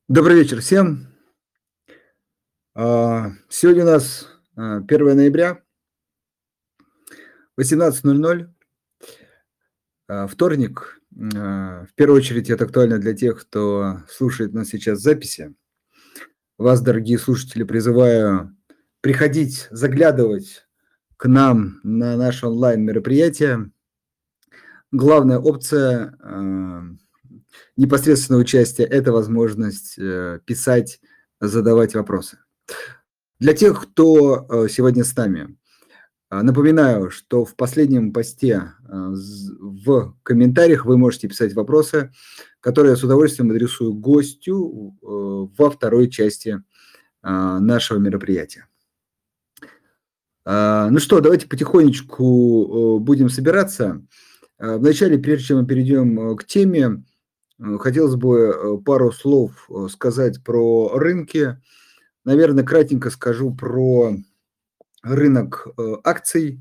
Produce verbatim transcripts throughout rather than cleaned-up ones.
Добрый вечер всем. А, Сегодня у нас а, первое ноября, восемнадцать ноль ноль, а, вторник. А, В первую очередь это актуально для тех, кто слушает нас сейчас в записи. Вас, дорогие слушатели, призываю приходить, заглядывать к нам на наше онлайн-мероприятие. Главная опция а, непосредственного участия – это возможность э, писать, задавать вопросы. Для тех, кто э, сегодня с нами, а, напоминаю, что в последнем посте а, з- в комментариях вы можете писать вопросы, которые я с удовольствием адресую гостю э, во второй части а, нашего мероприятия. А, Ну что, давайте потихонечку э, будем собираться. А, Вначале, прежде чем мы перейдем э, к теме, э, хотелось бы э, пару слов э, сказать про рынки. Наверное, кратенько скажу про рынок э, акций.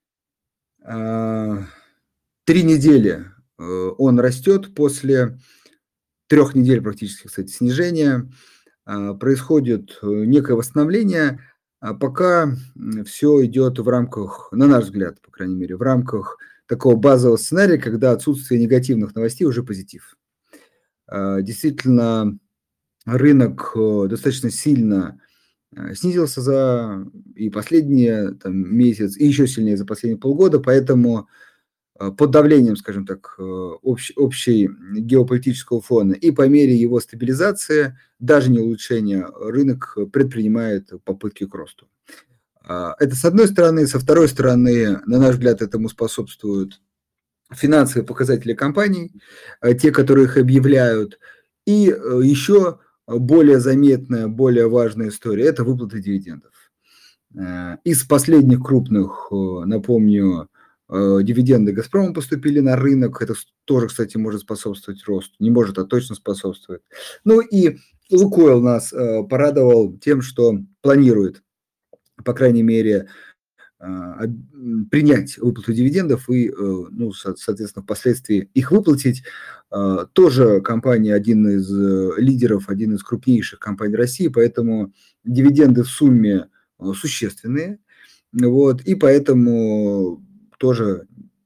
А, Три недели э, он растет после трех недель практически, кстати, снижения. А, Происходит э, некое восстановление, а пока все идет в рамках, на наш взгляд, по крайней мере, в рамках такого базового сценария, когда отсутствие негативных новостей уже позитив. А, Действительно, рынок э, достаточно сильно э, снизился за и последние там, месяц, и еще сильнее за последние полгода, поэтому э, под давлением, скажем так, э, общ- общей геополитического фона, и по мере его стабилизации, даже не улучшения, рынок предпринимает попытки к росту. А, Это с одной стороны. Со второй стороны, на наш взгляд, этому способствуют финансовые показатели компаний, э, те, которые их объявляют. И э, еще более заметная, более важная история – это выплаты дивидендов. Э, Из последних крупных, э, напомню, э, дивиденды «Газпрома» поступили на рынок. Это тоже, кстати, может способствовать росту. Не может, а точно способствует. Ну и «Лукойл» нас э, порадовал тем, что планирует, по крайней мере, а, принять выплату дивидендов и, э, ну, соответственно, впоследствии их выплатить. А, Тоже компания один из э, лидеров, один из крупнейших компаний России, поэтому дивиденды в сумме э, существенные. Вот, и поэтому тоже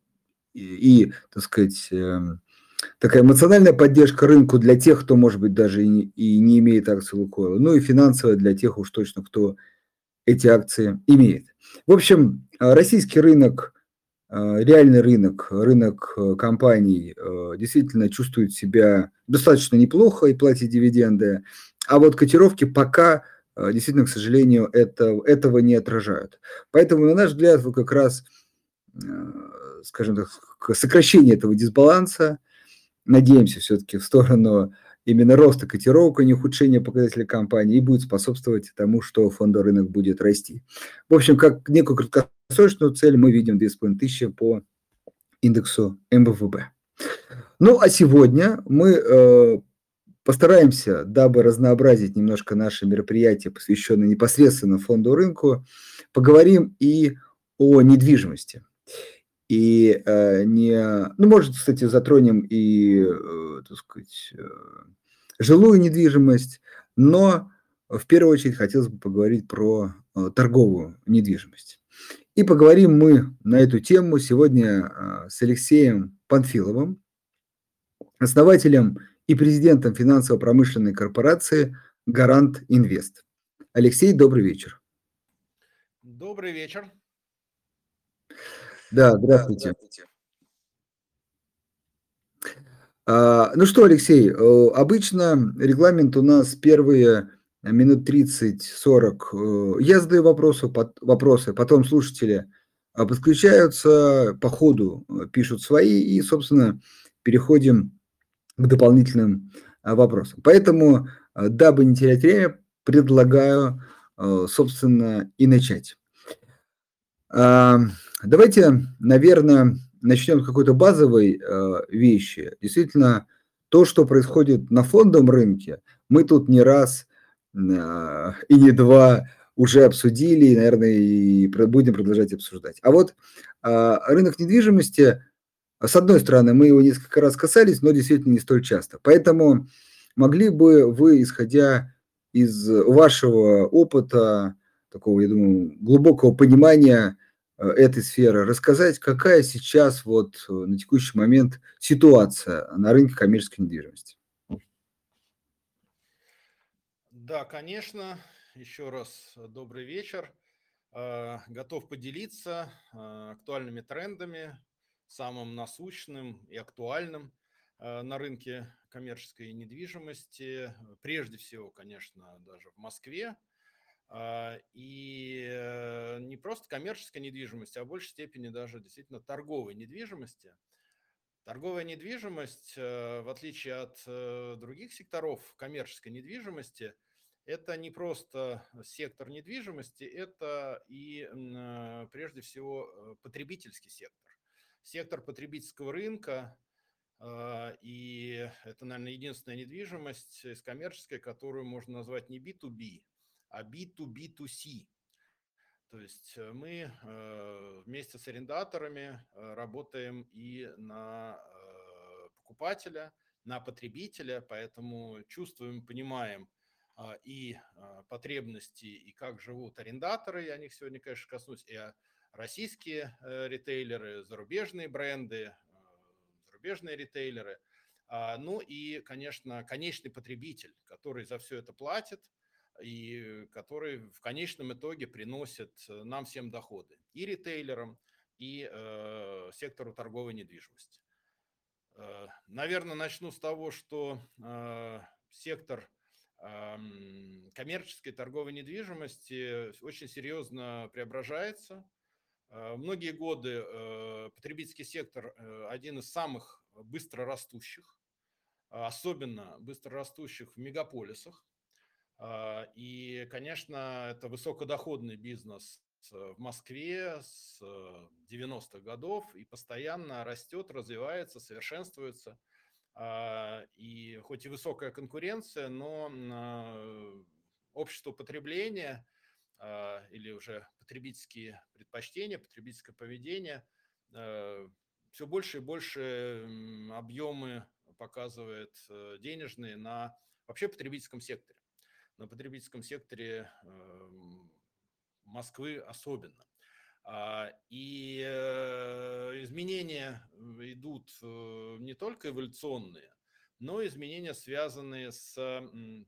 и, и, так сказать, эм, такая эмоциональная поддержка рынку для тех, кто, может быть, даже и не, и не имеет акций «Лукойла», ну и финансовая для тех уж точно, кто эти акции имеет. В общем, э, российский рынок, э, реальный рынок, рынок э, компаний э, действительно чувствует себя достаточно неплохо и платит дивиденды, а вот котировки пока э, действительно, к сожалению, это, этого не отражают. Поэтому, на наш взгляд, вот как раз, э, скажем так, к сокращению этого дисбаланса, надеемся все-таки в сторону именно роста котировок, а не ухудшения показателей компании, и будет способствовать тому, что фондовый рынок будет расти. В общем, как некую краткосрочную цель мы видим две тысячи пятьсот по индексу эм вэ эф бэ. Ну, а сегодня мы э, постараемся, дабы разнообразить немножко наши мероприятия, посвященные непосредственно фондовому рынку, поговорим и о недвижимости. И э, не, ну, может, кстати, затронем и, э, так сказать, э, жилую недвижимость, но в первую очередь хотелось бы поговорить про э, торговую недвижимость. И поговорим мы на эту тему сегодня э, с Алексеем Панфиловым, основателем и президентом финансово-промышленной корпорации «Гарант Инвест». Алексей, добрый вечер. Добрый вечер. Да, Да, здравствуйте. здравствуйте. А, Ну что, Алексей, э, обычно регламент у нас первые минут тридцать-сорок. э, Я задаю вопросы, пот- вопросы, потом слушатели а, подключаются по ходу, э, пишут свои и, собственно, переходим к дополнительным а, вопросам. Поэтому, а, дабы не терять время, предлагаю, э, собственно, и начать. А, Давайте, наверное, начнем с какой-то базовой э, вещи. Действительно, то, что происходит на фондовом рынке, мы тут не раз а, и не два уже обсудили, и, наверное, и про- будем продолжать обсуждать. А вот а, рынок недвижимости, с одной стороны, мы его несколько раз касались, но действительно не столь часто. Поэтому Могли бы вы, исходя из вашего опыта, такого, я думаю, глубокого понимания, э, этой сферы, рассказать, какая сейчас вот, э, на текущий момент ситуация на рынке коммерческой недвижимости? Да, конечно. Еще раз э, добрый вечер. Э, Готов поделиться э, актуальными трендами, самым насущным и актуальным э, на рынке коммерческой недвижимости. Прежде всего, конечно, даже в Москве. А, И э, не просто коммерческой недвижимости, а в большей степени даже действительно торговой недвижимости. Торговая недвижимость, э, в отличие от э, других секторов коммерческой недвижимости, это не просто сектор недвижимости, это и м, э, прежде всего э, потребительский сектор. Сектор потребительского рынка, э, и это, наверное, единственная недвижимость из коммерческой, которую можно назвать не би ту би, а би ту би ту си. То есть э, мы э, вместе с арендаторами э, работаем и на э, покупателя, на потребителя, поэтому чувствуем, понимаем а, и а, потребности, и как живут арендаторы, я о них сегодня, конечно, коснусь, и а, российские э, ритейлеры, зарубежные бренды, э, зарубежные ритейлеры, а, ну и, конечно, конечный потребитель, который за все это платит, и который в конечном итоге приносит э, нам всем доходы, и ритейлерам, и э, сектору торговой недвижимости. Э, наверное, начну с того, что э, сектор эм, коммерческой торговой недвижимости очень серьезно преображается. Э, многие годы э, потребительский сектор э, один из самых быстро растущих, особенно быстро растущих в мегаполисах. А, И, конечно, это высокодоходный бизнес в Москве с э, девяностых годов и постоянно растет, развивается, совершенствуется. А, И хоть и высокая конкуренция, но а, общество потребления а, или уже потребительские предпочтения, потребительское поведение все больше и больше м, объемы показывает э, денежные на вообще потребительском секторе, на потребительском секторе эм, Москвы особенно. А, И э, изменения идут э, не только эволюционные, но и изменения, связанные с м,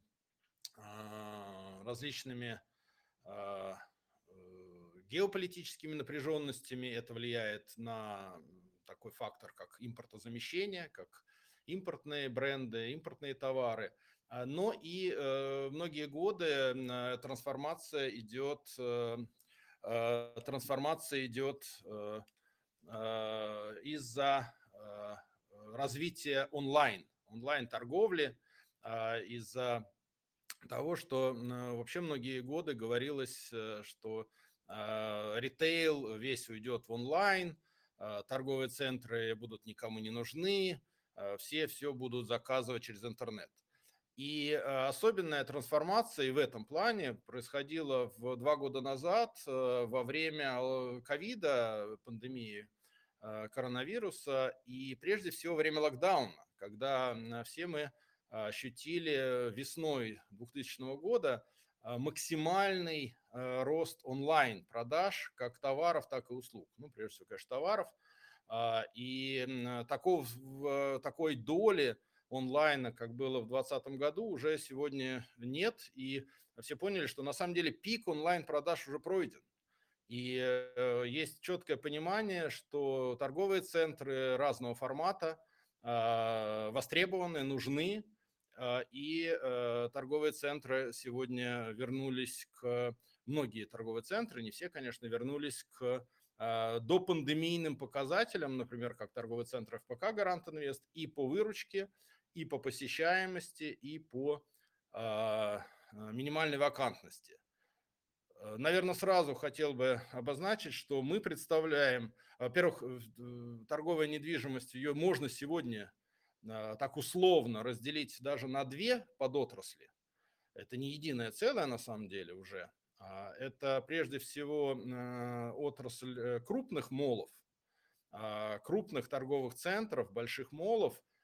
а, различными а, э, геополитическими напряженностями. Это влияет на такой фактор, как импортозамещение, как импортные бренды, импортные товары. А, Но и э, многие годы э, трансформация идет, э, э, трансформация идет э, э, из-за э, развития онлайн, онлайн-торговли, э, из-за того, что м, вообще многие годы говорилось, э, что э, ритейл весь уйдет в онлайн, э, торговые центры будут никому не нужны, э, все все будут заказывать через интернет. И э, особенная трансформация и в этом плане происходила в два года назад э, во время э, ковида, пандемии э, коронавируса, и прежде всего во время локдауна, когда м, все мы ощутили весной двухтысячного года э, максимальный э, рост онлайн продаж как товаров, так и услуг. Ну, прежде всего, конечно, товаров. А, И м, такого, в- такой доли онлайна, как было в двадцатом году, уже сегодня нет. И все поняли, что на самом деле пик онлайн-продаж уже пройден. И э, есть четкое понимание, что торговые центры разного формата э, востребованы, нужны, э, и э, торговые центры сегодня вернулись к, многие торговые центры, не все, конечно, вернулись к э, допандемийным показателям, например, как торговый центр эф пэ ка Гарант Инвест, и по выручке, и по посещаемости, и по э, минимальной вакантности. Наверное, сразу хотел бы обозначить, что мы представляем, во-первых, э, торговая недвижимость, ее можно сегодня э, так условно разделить даже на две подотрасли. Это не единое целое на самом деле уже. А Это прежде всего э, отрасль э, крупных молов, а, крупных торговых центров, больших молов,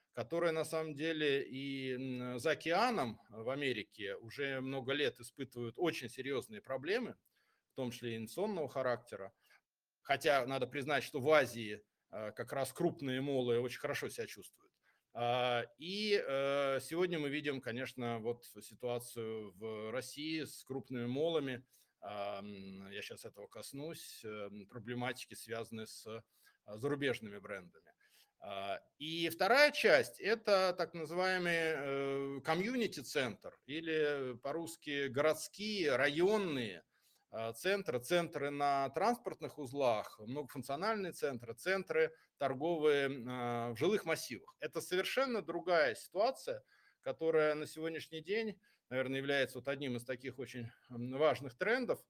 которые на самом деле и за океаном в Америке уже много лет испытывают очень серьезные проблемы, в том числе и инвестиционного характера. Хотя надо признать, что в Азии как раз крупные молы очень хорошо себя чувствуют. И сегодня мы видим, конечно, вот ситуацию в России с крупными молами. Я сейчас этого коснусь, проблематики, связанные с зарубежными брендами. И вторая часть – это так называемый комьюнити-центр, или по-русски городские, районные центры, центры на транспортных узлах, многофункциональные центры, центры торговые в жилых массивах. Это совершенно другая ситуация, которая на сегодняшний день, наверное, является вот одним из таких очень важных трендов.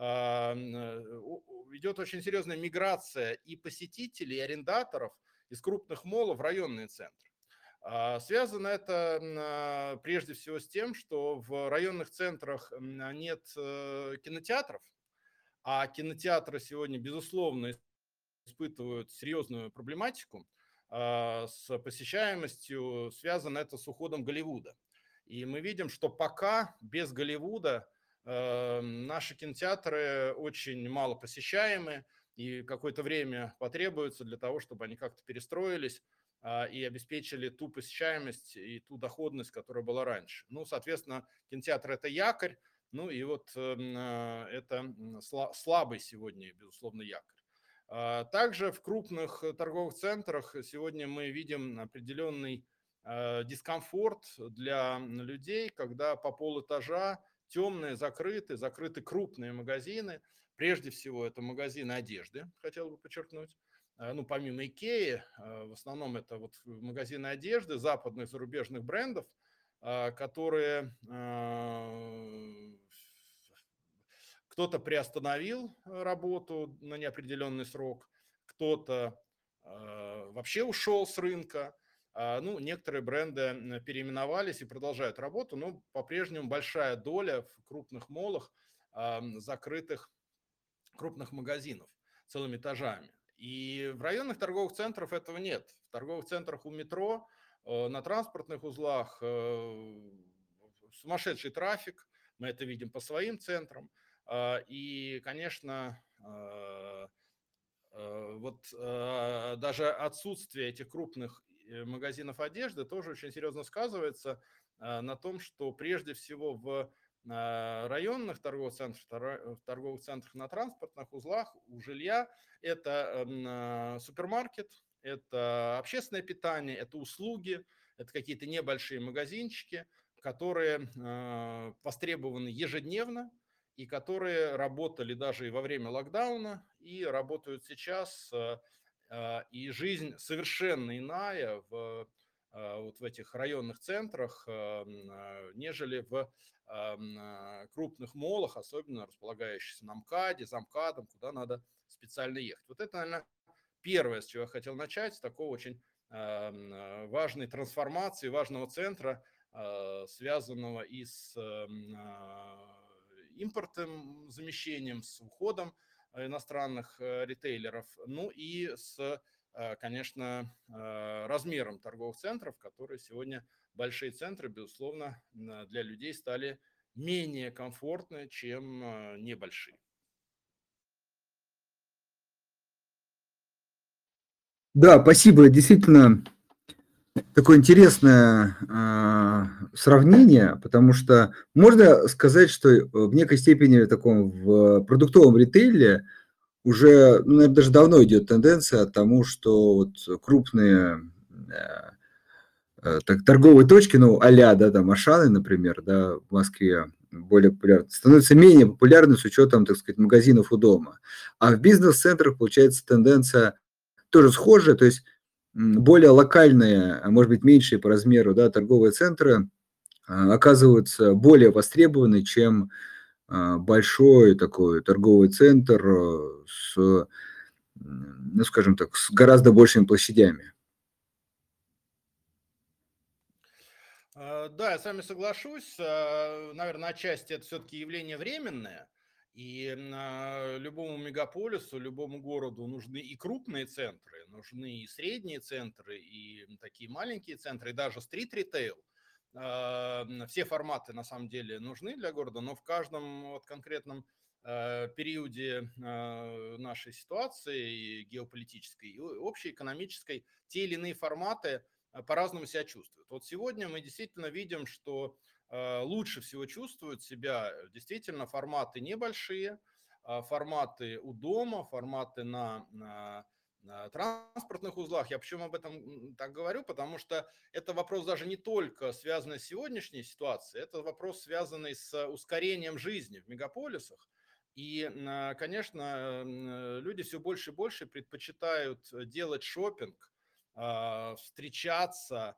Идет очень серьезная миграция и посетителей, и арендаторов из крупных моллов в районные центры. Связано это прежде всего с тем, что в районных центрах нет кинотеатров, а кинотеатры сегодня, безусловно, испытывают серьезную проблематику с посещаемостью. Связано это с уходом Голливуда. И мы видим, что пока без Голливуда наши кинотеатры очень мало посещаемы, и какое-то время потребуется для того, чтобы они как-то перестроились и обеспечили ту посещаемость и ту доходность, которая была раньше. Ну, соответственно, кинотеатр – это якорь, ну и вот это слабый сегодня, безусловно, якорь. Также в крупных торговых центрах сегодня мы видим определенный дискомфорт для людей, когда по полэтажа темные, закрыты, закрыты крупные магазины. Прежде всего, это магазины одежды, хотел бы подчеркнуть. Ну, помимо Икеи, в основном это вот магазины одежды западных зарубежных брендов, которые кто-то приостановил работу на неопределенный срок, кто-то вообще ушел с рынка. Ну, некоторые бренды переименовались и продолжают работу, но по-прежнему большая доля в крупных моллах закрытых крупных магазинов целыми этажами. И в районных торговых центрах этого нет. В торговых центрах у метро, на транспортных узлах сумасшедший трафик, мы это видим по своим центрам. И, конечно, вот даже отсутствие этих крупных магазинов одежды тоже очень серьезно сказывается на том, что прежде всего в районных торговых центрах, в торговых центрах на транспортных узлах у жилья это супермаркет, это общественное питание, это услуги, это какие-то небольшие магазинчики, которые востребованы ежедневно и которые работали даже и во время локдауна, и работают сейчас. И жизнь совершенно иная в, вот в этих районных центрах, нежели в крупных моллах, особенно располагающихся на МКАДе, за МКАДом, куда надо специально ехать. Вот это, наверное, первое, с чего я хотел начать, с такой очень важной трансформации, важного центра, связанного и с импортным замещением, с уходом иностранных ритейлеров, ну и с, конечно, размером торговых центров, которые сегодня большие центры, безусловно, для людей стали менее комфортны, чем небольшие. Да, спасибо. Действительно, такое интересное э, сравнение, потому что можно сказать, что в некой степени в таком в продуктовом ритейле уже, ну, наверное, даже давно идет тенденция к тому, что вот крупные э, э, так, торговые точки, ну, а-ля, да, там, Ашаны, например, да, в Москве более популярны, становятся менее популярны с учетом, так сказать, магазинов у дома. А в бизнес-центрах получается тенденция тоже схожая, то есть более локальные, а может быть меньшие по размеру, да, торговые центры оказываются более востребованы, чем большой такой торговый центр с, ну, скажем так, с гораздо большими площадями. Да, я с вами соглашусь. Наверное, отчасти это все-таки явление временное. И э, любому мегаполису, любому городу нужны и крупные центры, нужны и средние центры, и такие маленькие центры, и даже стрит-ритейл. Э, все форматы на самом деле нужны для города, но в каждом вот конкретном э, периоде э, нашей ситуации, и геополитической, и общеэкономической, те или иные форматы по-разному себя чувствуют. Вот сегодня мы действительно видим, что лучше всего чувствуют себя действительно форматы небольшие, форматы у дома, форматы на, на, на транспортных узлах. Я почему об этом так говорю? Потому что это вопрос даже не только связанный с сегодняшней ситуацией, это вопрос, связанный с ускорением жизни в мегаполисах. И, конечно, люди все больше и больше предпочитают делать шопинг, встречаться,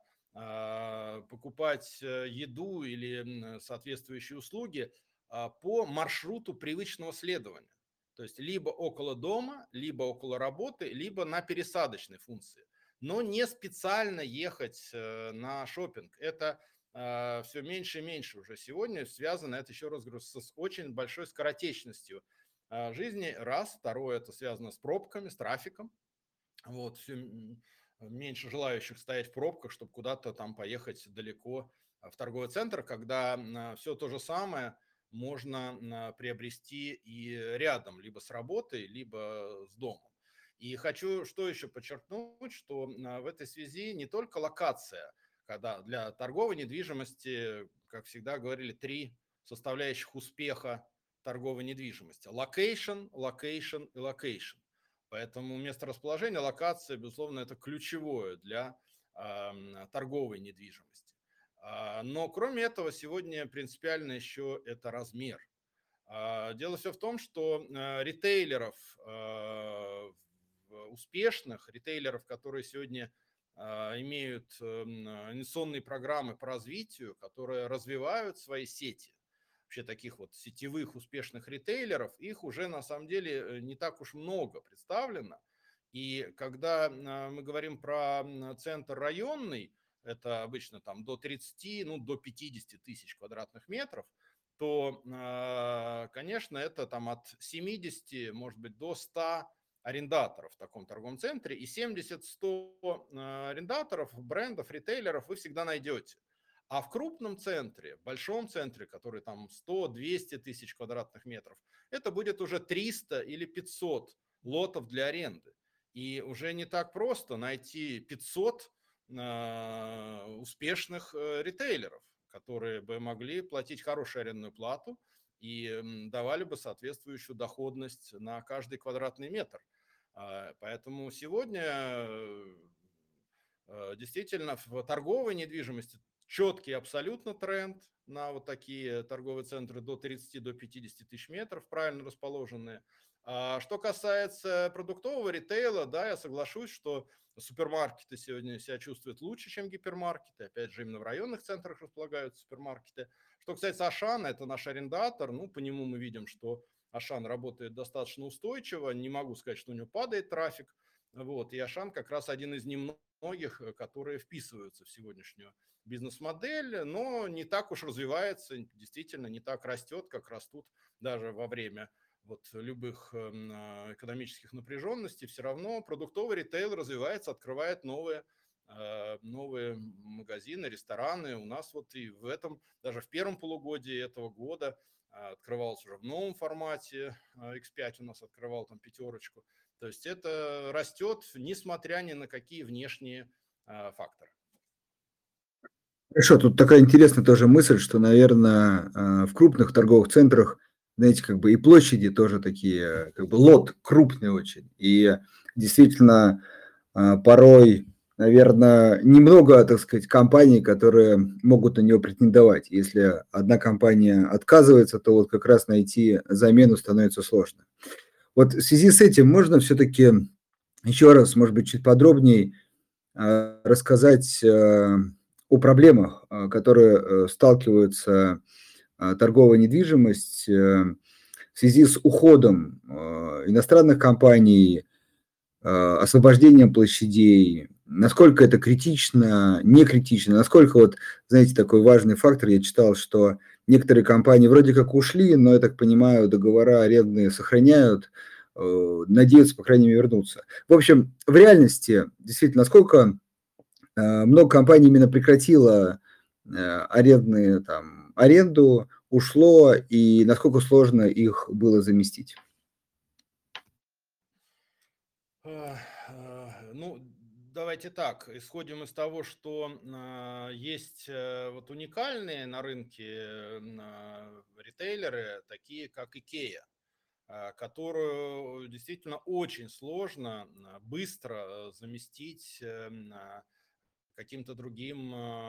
покупать еду или соответствующие услуги по маршруту привычного следования. То есть либо около дома, либо около работы, либо на пересадочной функции. Но не специально ехать на шопинг. Это все меньше и меньше уже сегодня связано, это еще раз говорю, с очень большой скоротечностью жизни. Раз. Второе, это связано с пробками, с трафиком. Вот, все меньше желающих стоять в пробках, чтобы куда-то там поехать далеко в торговый центр, когда все то же самое можно приобрести и рядом, либо с работой, либо с домом. И хочу что еще подчеркнуть, что в этой связи не только локация, когда для торговой недвижимости, как всегда говорили, три составляющих успеха торговой недвижимости. Location, location и location. Поэтому месторасположение, локация, безусловно, это ключевое для э, торговой недвижимости. Э, но кроме этого, сегодня принципиально еще это размер. Э, дело все в том, что э, ритейлеров, э, успешных ритейлеров, которые сегодня э, имеют э, инвестиционные программы по развитию, которые развивают свои сети, вообще таких вот сетевых успешных ритейлеров, их уже на самом деле не так уж много представлено. И когда мы говорим про центр районный, это обычно там до тридцати, ну до пятидесяти тысяч квадратных метров, то, конечно, это там от семидесяти, может быть, до ста арендаторов в таком торговом центре, и семьдесят-сто арендаторов, брендов, ритейлеров вы всегда найдете. А в крупном центре, в большом центре, который там сто-двести тысяч квадратных метров, это будет уже триста или пятьсот лотов для аренды. И уже не так просто найти пятьсот э, успешных э, ритейлеров, которые бы могли платить хорошую арендную плату и э, давали бы соответствующую доходность на каждый квадратный метр. Э, поэтому сегодня э, действительно в торговой недвижимости четкий абсолютно тренд на вот такие торговые центры до тридцати, до пятидесяти тысяч метров, правильно расположенные. А что касается продуктового ритейла, да, я соглашусь, что супермаркеты сегодня себя чувствуют лучше, чем гипермаркеты. Опять же, именно в районных центрах располагаются супермаркеты. Что касается Ашана, это наш арендатор. Ну, по нему мы видим, что Ашан работает достаточно устойчиво. Не могу сказать, что у него падает трафик. Вот. И Ашан как раз один из немногих, которые вписываются в сегодняшнюю бизнес-модель, но не так уж развивается, действительно не так растет, как растут даже во время вот любых экономических напряженностей. Все равно продуктовый ритейл развивается, открывает новые, новые магазины, рестораны. У нас вот и в этом, даже в первом полугодии этого года открывался уже в новом формате, икс пять у нас открывал там пятерочку. То есть это растет, несмотря ни на какие внешние факторы. Хорошо, тут такая интересная тоже мысль, что, наверное, в крупных торговых центрах, знаете, как бы и площади тоже такие, как бы лот крупный очень. И действительно, порой, наверное, немного, так сказать, компаний, которые могут на него претендовать. Если одна компания отказывается, то вот как раз найти замену становится сложно. Вот в связи с этим можно все-таки еще раз, может быть, чуть подробнее рассказать о проблемах, которые сталкиваются торговая недвижимость в связи с уходом иностранных компаний, освобождением площадей, насколько это критично, не критично, насколько, вот, знаете, такой важный фактор, я читал, что некоторые компании вроде как ушли, но, я так понимаю, договора арендные сохраняют, э, надеются, по крайней мере, вернуться. В общем, в реальности, действительно, насколько, э, много компаний именно прекратило, э, арендные там аренду, ушло, и насколько сложно их было заместить? Эх, э, ну, давайте так, исходим из того, что, а, есть, э, вот уникальные на рынке, э, на ритейлеры, такие как IKEA, а, которую действительно очень сложно, а, быстро, э, заместить, э, на каким-то другим,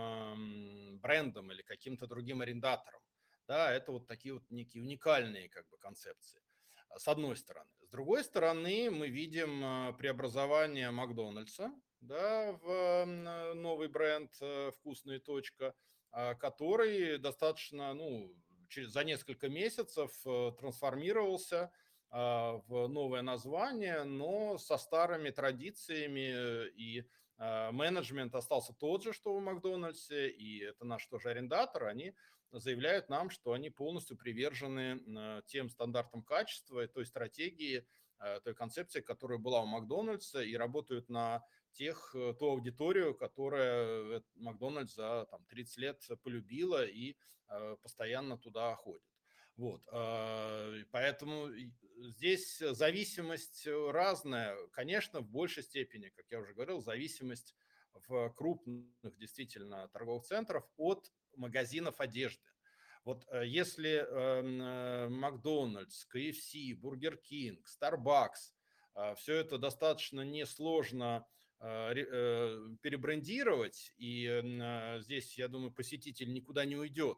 ам, брендом или каким-то другим арендатором. Да, это вот такие вот некие уникальные как бы концепции, а, с одной стороны. С другой стороны, мы видим, а, преобразование "Макдональдса", да, в, м, новый бренд, э, "Вкусная точка", а, который достаточно, ну, через за несколько месяцев, э, трансформировался, а, в новое название, но со старыми традициями, э, и, а, менеджмент остался тот же, что в "Макдональдсе", и это наш тоже арендатор. Они заявляют нам, что они полностью привержены, м, тем стандартам качества и той стратегии, э, той концепции, которая была у "Макдональдса", и работают на тех э, ту аудиторию, которая, э, "Макдональдс" за там тридцать лет полюбила и, э, постоянно туда ходит. Вот, а, и поэтому и здесь зависимость, э, разная. Конечно, в большей степени, как я уже говорил, зависимость в крупных действительно торговых центрах от магазинов одежды. Вот, э, если, эм, э, "Макдональдс", К Ф С, Бургер Кинг, Starbucks, а, всё это достаточно несложно, а, ре э, перебрендировать, и, м, а, здесь, я думаю, посетитель никуда не уйдет,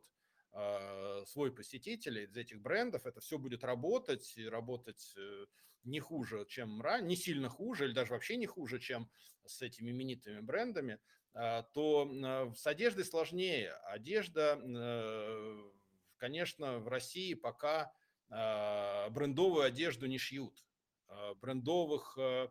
а, свой посетитель из этих брендов. Это всё будет работать и работать, э, не хуже, чем ран не сильно хуже или даже вообще не хуже, чем с этими именитыми брендами. А, то, м, с одеждой сложнее. Одежда, э, конечно, в России пока, а, брендовую одежду не шьют. А, брендовых, э,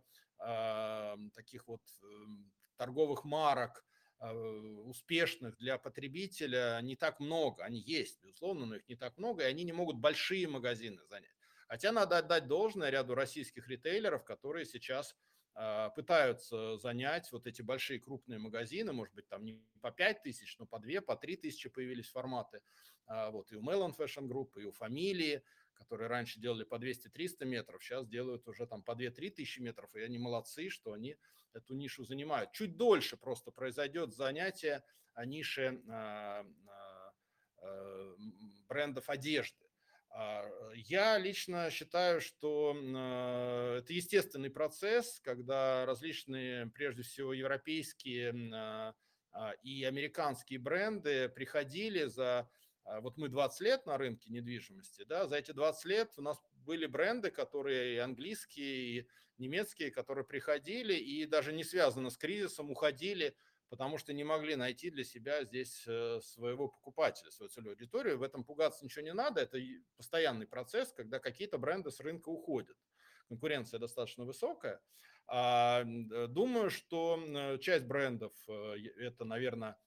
ам, таких вот, эм, торговых марок, а, успешных для потребителя не так много. Они есть, безусловно, но их не так много, и они не могут большие магазины занять. Хотя надо отдать должное ряду российских ритейлеров, которые сейчас, а, пытаются занять вот эти большие крупные магазины. Может быть, там не по пять тысяч, но по две, по три тысячи появились форматы. А, вот и у Melon Fashion Group, и у "Фамилии", которые раньше делали по двести триста метров, щас делают уже там по две-три тысячи метров, и они молодцы, что они эту нишу занимают. Чуть дольше просто произойдет занятие, а, ниши, а, а, э, м, брендов одежды. А, я лично считаю, что, м, а, это естественный процесс, когда различные, прежде всего, европейские, м, а, а, и американские бренды приходили за а, вот мы двадцать лет на рынке недвижимости, да, за эти двадцать лет у нас были бренды, которые и английские, и немецкие, которые приходили и даже не связанно с кризисом уходили, потому что не могли найти для себя здесь, э, своего покупателя, свою целевую аудиторию. В этом пугаться ничего не надо. Это и постоянный процесс, когда какие-то бренды с рынка уходят. Конкуренция достаточно высокая. А, м, д думаю, что, м, часть брендов, э, е это, наверно,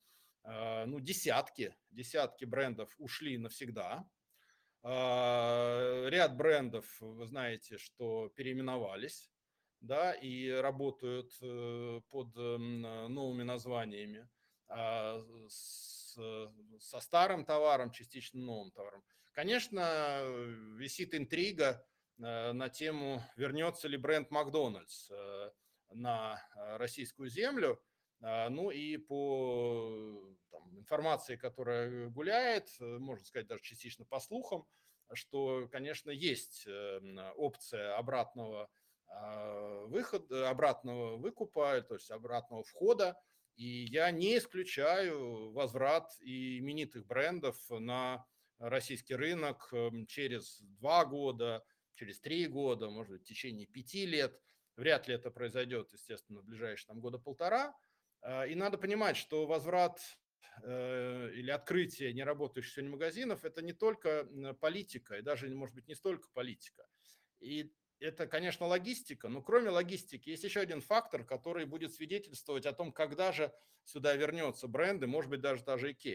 а, ну, десятки десятки брендов ушли навсегда. А, ряд брендов, вы знаете, что переименовались, да, и работают, э, под, м, новыми названиями, а, с со старым товаром, частично новым товаром. Конечно, э, висит интрига, э, на тему, вернется ли бренд "Макдональдс", э, на, а, российскую землю. А, ну и по, там, информации, которая гуляет, э, можно сказать, даже частично по слухам, что, конечно, есть, эм, опция обратного, а, выхода, обратного выкупа, то есть обратного входа. И я не исключаю возврат и именитых брендов на российский рынок, эм, через два года, через три года, может быть, в течение пяти лет. Вряд ли это произойдет, естественно, в ближайшие там года полтора. А, и надо понимать, что возврат, э, или открытие неработающих сегодня магазинов- это не только, м, политика и даже, может быть, не столько политика. И это, конечно, логистика, но кроме логистики есть еще один фактор, который будет свидетельствовать о том, когда же сюда вернется бренд и, может быть, даже та же IKEA.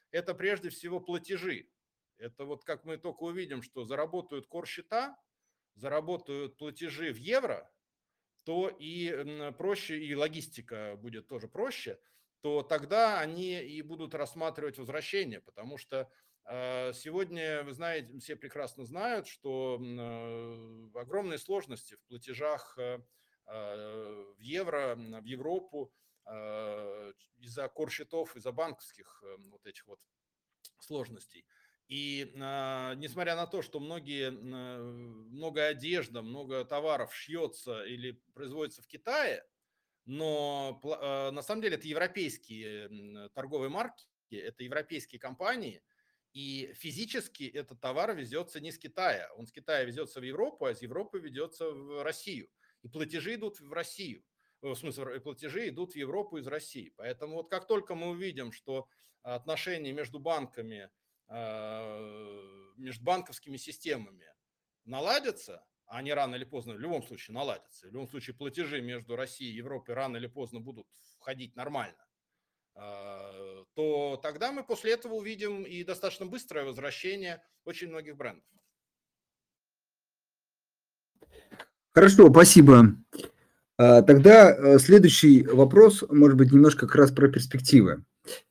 это прежде всего платежи. Это вот как мы только увидим, что заработают кор-счета, заработают платежи в евро, то и проще, и логистика будет тоже проще, то тогда они и будут рассматривать возвращение, потому что э, сегодня, вы знаете, все прекрасно знают, что э, огромные сложности в платежах э, э, в евро, в Европу э, из-за кор-счетов, из-за банковских э, вот этих вот сложностей. И э, несмотря на то, что многие, э, много одежда, много товаров шьется или производится в Китае, но э, на самом деле это европейские торговые марки, это европейские компании, и физически этот товар везется не с Китая. Он с Китая везется в Европу, а из Европы ведется в Россию. И платежи идут в Россию. В смысле, платежи идут в Европу из России. Поэтому вот как только мы увидим, что отношения между банками, между банковскими системами наладятся, а они рано или поздно в любом случае наладятся, в любом случае платежи между Россией и Европой рано или поздно будут входить нормально, то тогда мы после этого увидим и достаточно быстрое возвращение очень многих брендов. Хорошо, спасибо. Тогда следующий вопрос, может быть, немножко как раз про перспективы.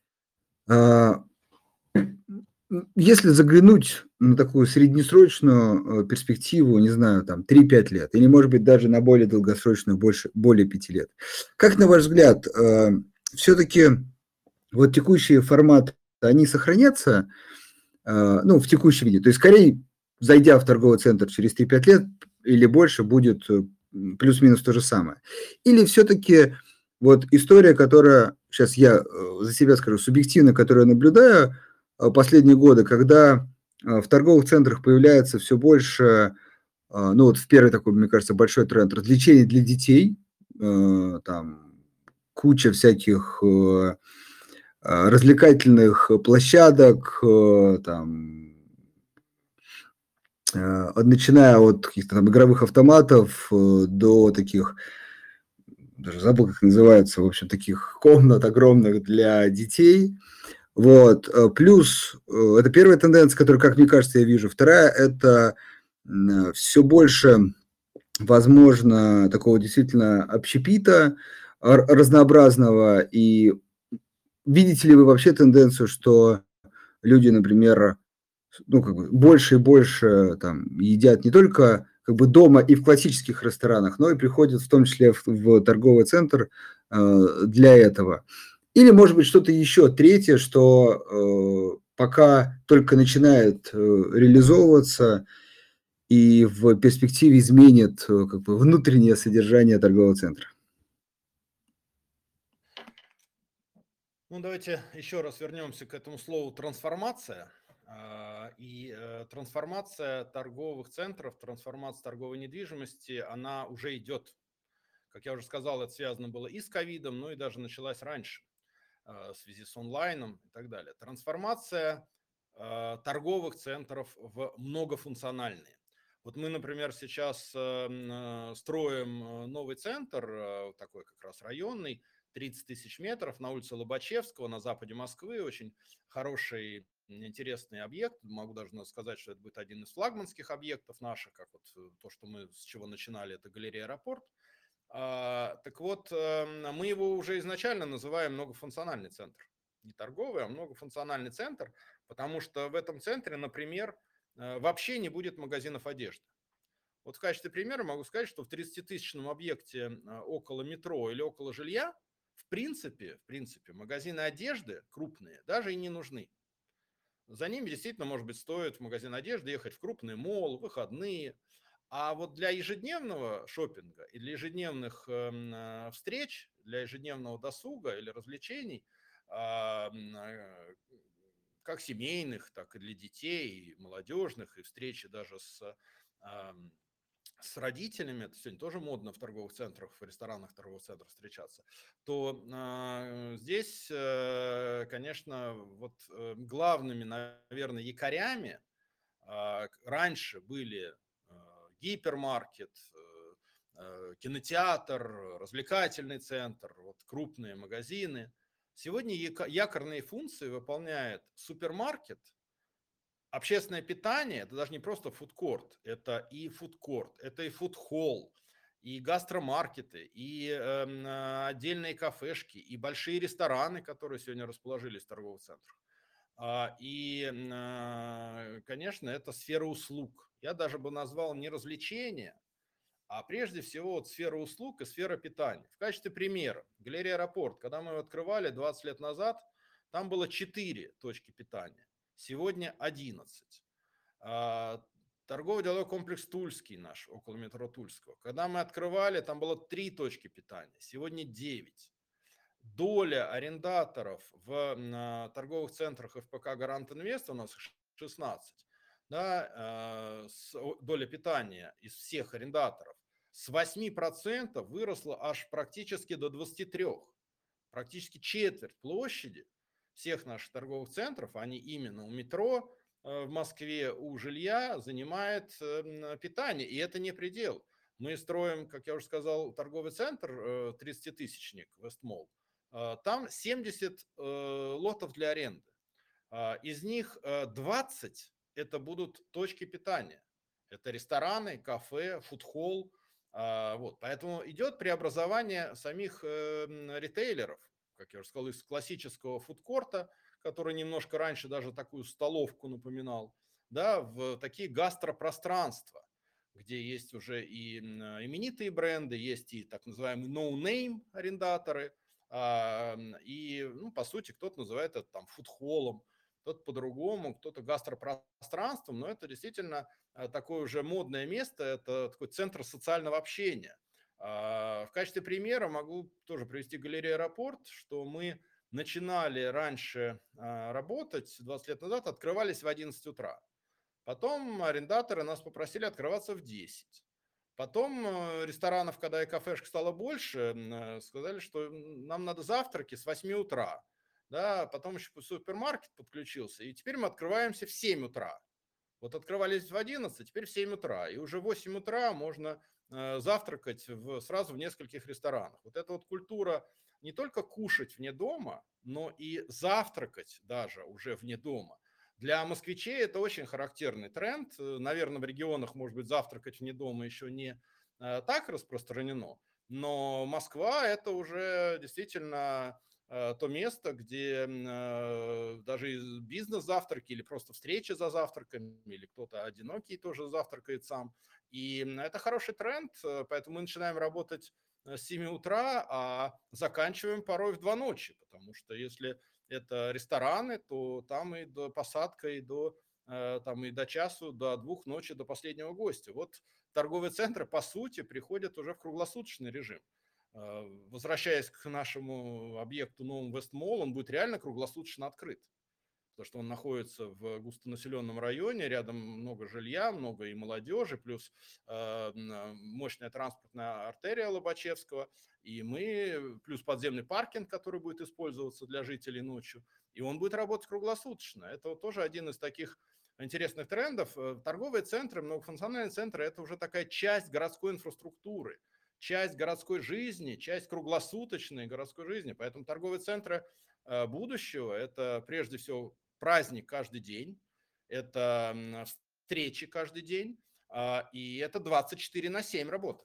Если заглянуть на такую среднесрочную перспективу, не знаю, там три-пять лет, или, может быть, даже на более долгосрочную, больше, более пяти лет, как, на ваш взгляд, все-таки вот текущие форматы, они сохранятся, ну, в текущем виде? То есть, скорее, зайдя в торговый центр через три-пять лет или больше, будет плюс-минус то же самое? Или все-таки вот история, которая, сейчас я за себя скажу, субъективно, которую я наблюдаю, последние годы, когда в торговых центрах появляется все больше, ну вот в первый такой, мне кажется, большой тренд развлечений для детей, там куча всяких развлекательных площадок, там, начиная от каких-то там игровых автоматов до таких, даже забыл, как называется, в общем, таких комнат огромных для детей. Вот. Плюс, это первая тенденция, которую, как мне кажется, я вижу. Вторая – это все больше, возможно, такого действительно общепита разнообразного. И видите ли вы вообще тенденцию, что люди, например, ну, как бы больше и больше там едят не только как бы дома и в классических ресторанах, но и приходят в том числе в, в торговый центр э, для этого? Или, может быть, что-то еще третье, что э, пока только начинает э, реализовываться и в перспективе изменит э, как бы внутреннее содержание торгового центра? Ну, давайте еще раз вернемся к этому слову «трансформация». И трансформация торговых центров, трансформация торговой недвижимости, она уже идет. Как я уже сказал, это связано было и с ковидом, но и даже началась раньше в связи с онлайном и так далее. Трансформация торговых центров в многофункциональные. Вот мы, например, сейчас строим новый центр, такой как раз районный, тридцать тысяч метров на улице Лобачевского на западе Москвы. Очень хороший, интересный объект. Могу даже сказать, что это будет один из флагманских объектов наших, как вот то, что мы с чего начинали, это галерея «Аэропорт». Так вот, мы его уже изначально называем многофункциональный центр. Не торговый, а многофункциональный центр, потому что в этом центре, например, вообще не будет магазинов одежды. Вот в качестве примера могу сказать, что в тридцатитысячном объекте около метро или около жилья в принципе, в принципе магазины одежды крупные даже и не нужны. За ними действительно, может быть, стоит в магазин одежды ехать в крупный молл, выходные. А вот для ежедневного шопинга и для ежедневных э, встреч, для ежедневного досуга или развлечений, э, э, как семейных, так и для детей, и молодежных, и встречи даже с, э, с родителями, это сегодня тоже модно в торговых центрах, в ресторанах торговых центров встречаться, то э, здесь, э, конечно, вот э, главными, наверное, якорями э, раньше были гипермаркет, кинотеатр, развлекательный центр, вот крупные магазины. Сегодня якорные функции выполняет супермаркет, общественное питание, это даже не просто фудкорт, это и фудкорт, это и фудхолл, и гастромаркеты, и э, отдельные кафешки, и большие рестораны, которые сегодня расположились в торговых центрах. А, и, э, конечно, это сфера услуг. Я даже бы назвал не развлечения, а прежде всего вот сфера услуг и сфера питания. В качестве примера, галерея «Аэропорт», когда мы ее открывали двадцать лет назад, там было четыре точки питания. Сегодня одиннадцать. Торгово-деловой комплекс «Тульский» наш, около метро Тульского. Когда мы открывали, там было три точки питания. Сегодня девять. Доля арендаторов в торговых центрах эф пэ ка «Гарант Инвест» у нас шестнадцать. Да, доля питания из всех арендаторов с восьми процентов выросла аж практически до двадцати трёх. Практически четверть площади всех наших торговых центров, они именно у метро в Москве, у жилья занимает питание, и это не предел. Мы строим, как я уже сказал, торговый центр тридцатитысячник Вестмолл. Там семьдесят лотов для аренды. Из них двадцать это будут точки питания. Это рестораны, кафе, фудхолл. Вот. Поэтому идет преобразование самих ритейлеров, как я уже сказал, из классического фудкорта, который немножко раньше даже такую столовку напоминал, да, в такие гастропространства, где есть уже и именитые бренды, есть и так называемые no-name арендаторы, и, ну, по сути, кто-то называет это там фудхоллом, кто-то по-другому, кто-то гастропространством, но это действительно такое уже модное место, это такой центр социального общения. В качестве примера могу тоже привести галерею «Аэропорт», что мы начинали раньше работать, двадцать лет назад, открывались в одиннадцать утра. Потом арендаторы нас попросили открываться в десять. Потом ресторанов, когда и кафешек стало больше, сказали, что нам надо завтраки с восьми утра. Да, потом еще супермаркет подключился, и теперь мы открываемся в семь утра. Вот открывались в одиннадцать, теперь в семь утра. И уже в восемь утра можно э, завтракать в, сразу в нескольких ресторанах. Вот эта вот культура не только кушать вне дома, но и завтракать даже уже вне дома. Для москвичей это очень характерный тренд. Наверное, в регионах, может быть, завтракать вне дома еще не э, так распространено. Но Москва – это уже действительно то место, где даже бизнес-завтраки или просто встречи за завтраками, или кто-то одинокий тоже завтракает сам. И это хороший тренд, поэтому мы начинаем работать с семи утра, а заканчиваем порой в два ночи, потому что если это рестораны, то там и до посадка, и до, там и до часу, до двух ночи, до последнего гостя. Вот торговые центры, по сути, приходят уже в круглосуточный режим. Возвращаясь к нашему объекту новому Вестмолл, он будет реально круглосуточно открыт, потому что он находится в густонаселенном районе, рядом много жилья, много и молодежи, плюс э, мощная транспортная артерия Лобачевского, и мы, плюс подземный паркинг, который будет использоваться для жителей ночью, и он будет работать круглосуточно. Это вот тоже один из таких интересных трендов. Торговые центры, многофункциональные центры – это уже такая часть городской инфраструктуры, часть городской жизни, часть круглосуточной городской жизни. Поэтому торговые центры будущего – это прежде всего праздник каждый день, это встречи каждый день, и это двадцать четыре на семь работа.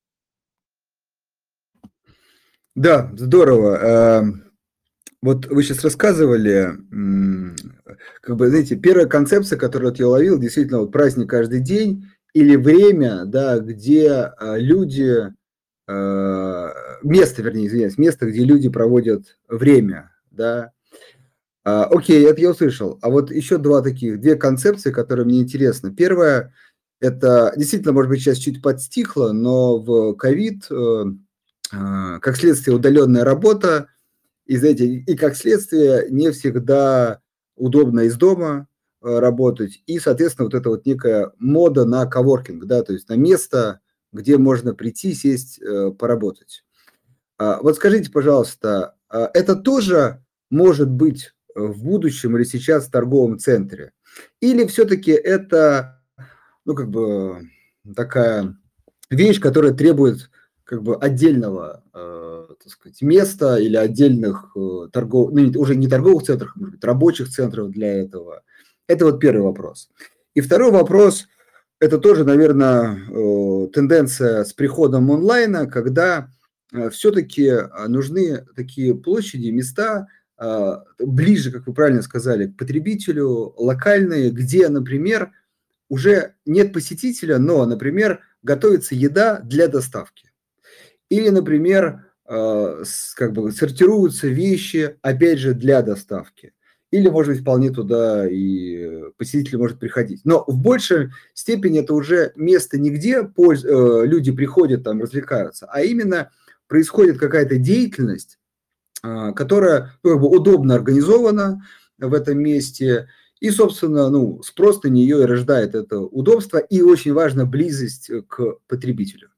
Да, здорово. Вот вы сейчас рассказывали, как бы, знаете, первая концепция, которую я ловил, действительно, вот праздник каждый день или время, да, где люди, место, вернее, извиняюсь, место, где люди проводят время, да. Окей, это я услышал. А вот еще два таких, две концепции, которые мне интересны. Первая, это действительно, может быть, сейчас чуть подстихло, но в ковид, как следствие, удаленная работа, и, знаете, и как следствие не всегда удобно из дома работать, и, соответственно, вот эта вот некая мода на коворкинг, да, то есть на место, где можно прийти, сесть, поработать. Вот скажите, пожалуйста, это тоже может быть в будущем или сейчас в торговом центре? Или все-таки это, ну, как бы такая вещь, которая требует как бы отдельного, э, так сказать, места или отдельных э, торгов, ну, не- уже не торговых центров, может быть, рабочих центров для этого. Это вот первый вопрос. И второй вопрос, это тоже, наверное, э, тенденция с приходом онлайна, когда все-таки нужны такие площади, места э, ближе, как вы правильно сказали, к потребителю, локальные, где, например, уже нет посетителя, но, например, готовится еда для доставки. Или, например, э, с- как бы сортируются вещи, опять же, для доставки. Или, может быть, вполне туда и посетитель может приходить. Но в большей степени это уже место не где польз- э, люди приходят, там, развлекаются, а именно происходит какая-то деятельность, а, которая, ну, как бы удобно организована в этом месте. И, собственно, ну, спрос на нее и рождает это удобство. И очень важна близость к потребителю.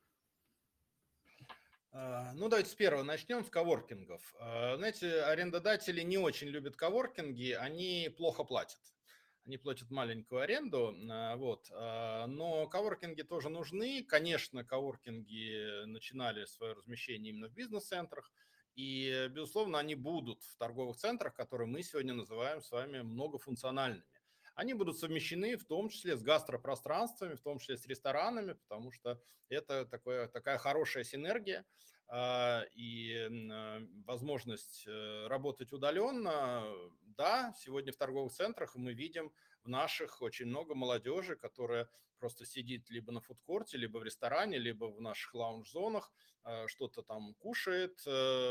А, Ну, давайте с первого начнем, с коворкингов. А, Знаете, арендодатели не очень любят коворкинги, они плохо платят. Они платят маленькую аренду, а, вот. а, Но коворкинги тоже нужны. Конечно, коворкинги начинали свое размещение именно в бизнес-центрах. И, безусловно, они будут в торговых центрах, которые мы сегодня называем с вами многофункциональными. Они будут совмещены в том числе с гастропространствами, в том числе с ресторанами, потому что это такое, такая хорошая синергия а, и а, возможность э, работать удаленно. Да, сегодня в торговых центрах мы видим в наших очень много молодежи, которая просто сидит либо на фудкорте, либо в ресторане, либо в наших лаунж-зонах, э, что-то там кушает,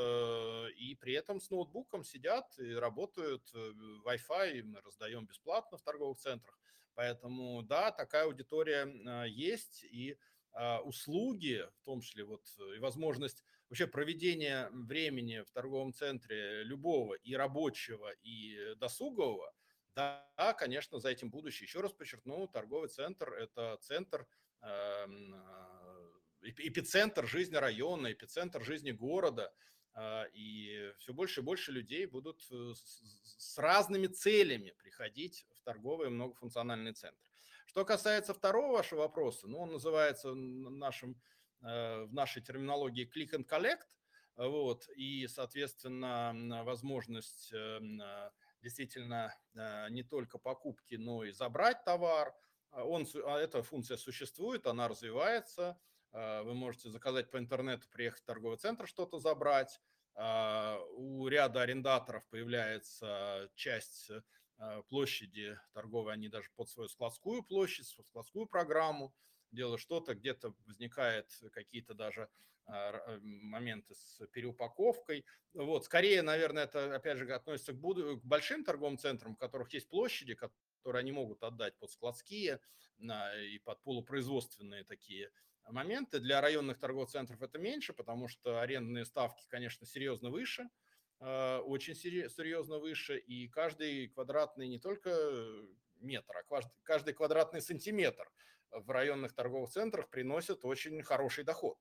э, и при этом с ноутбуком сидят и работают. э, Wi-Fi мы раздаем бесплатно в торговых центрах. Поэтому, да, такая аудитория а, есть, и а, услуги, в том числе вот э, и возможность вообще проведения времени в торговом центре любого и рабочего, и досугового, да, конечно, за этим будущее. Еще раз подчеркну, торговый центр – это центр, эм, э, эпицентр жизни района, эпицентр жизни города. э, И все больше и больше людей будут э, с с разными целями приходить в торговый многофункциональный центр. Что касается второго вашего вопроса, ну, он называется нашим, э, в нашей терминологии click and collect, вот, и, соответственно, м, возможность э, м, э, действительно э, не только покупки, но и забрать товар. А Он, су- а эта функция существует, она развивается. А, Вы можете заказать по интернету, приехать в торговый центр, что-то забрать. А, У ряда арендаторов появляется часть э, площади торговой, они даже под свою складскую площадь, свою складскую программу делают что-то, где-то возникает какие-то даже а, р- моменты с переупаковкой. Вот, скорее, наверное, это, опять же, относится к, буду- к большим торговым центрам, у которых есть площади, которые они могут отдать под складские на, и под полупроизводственные такие моменты. Для районных торговых центров это меньше, потому что арендные ставки, конечно, серьезно выше, э, очень серьезно выше, и каждый квадратный не только метр, а каждый, каждый квадратный сантиметр в районных торговых центрах приносит очень хороший доход.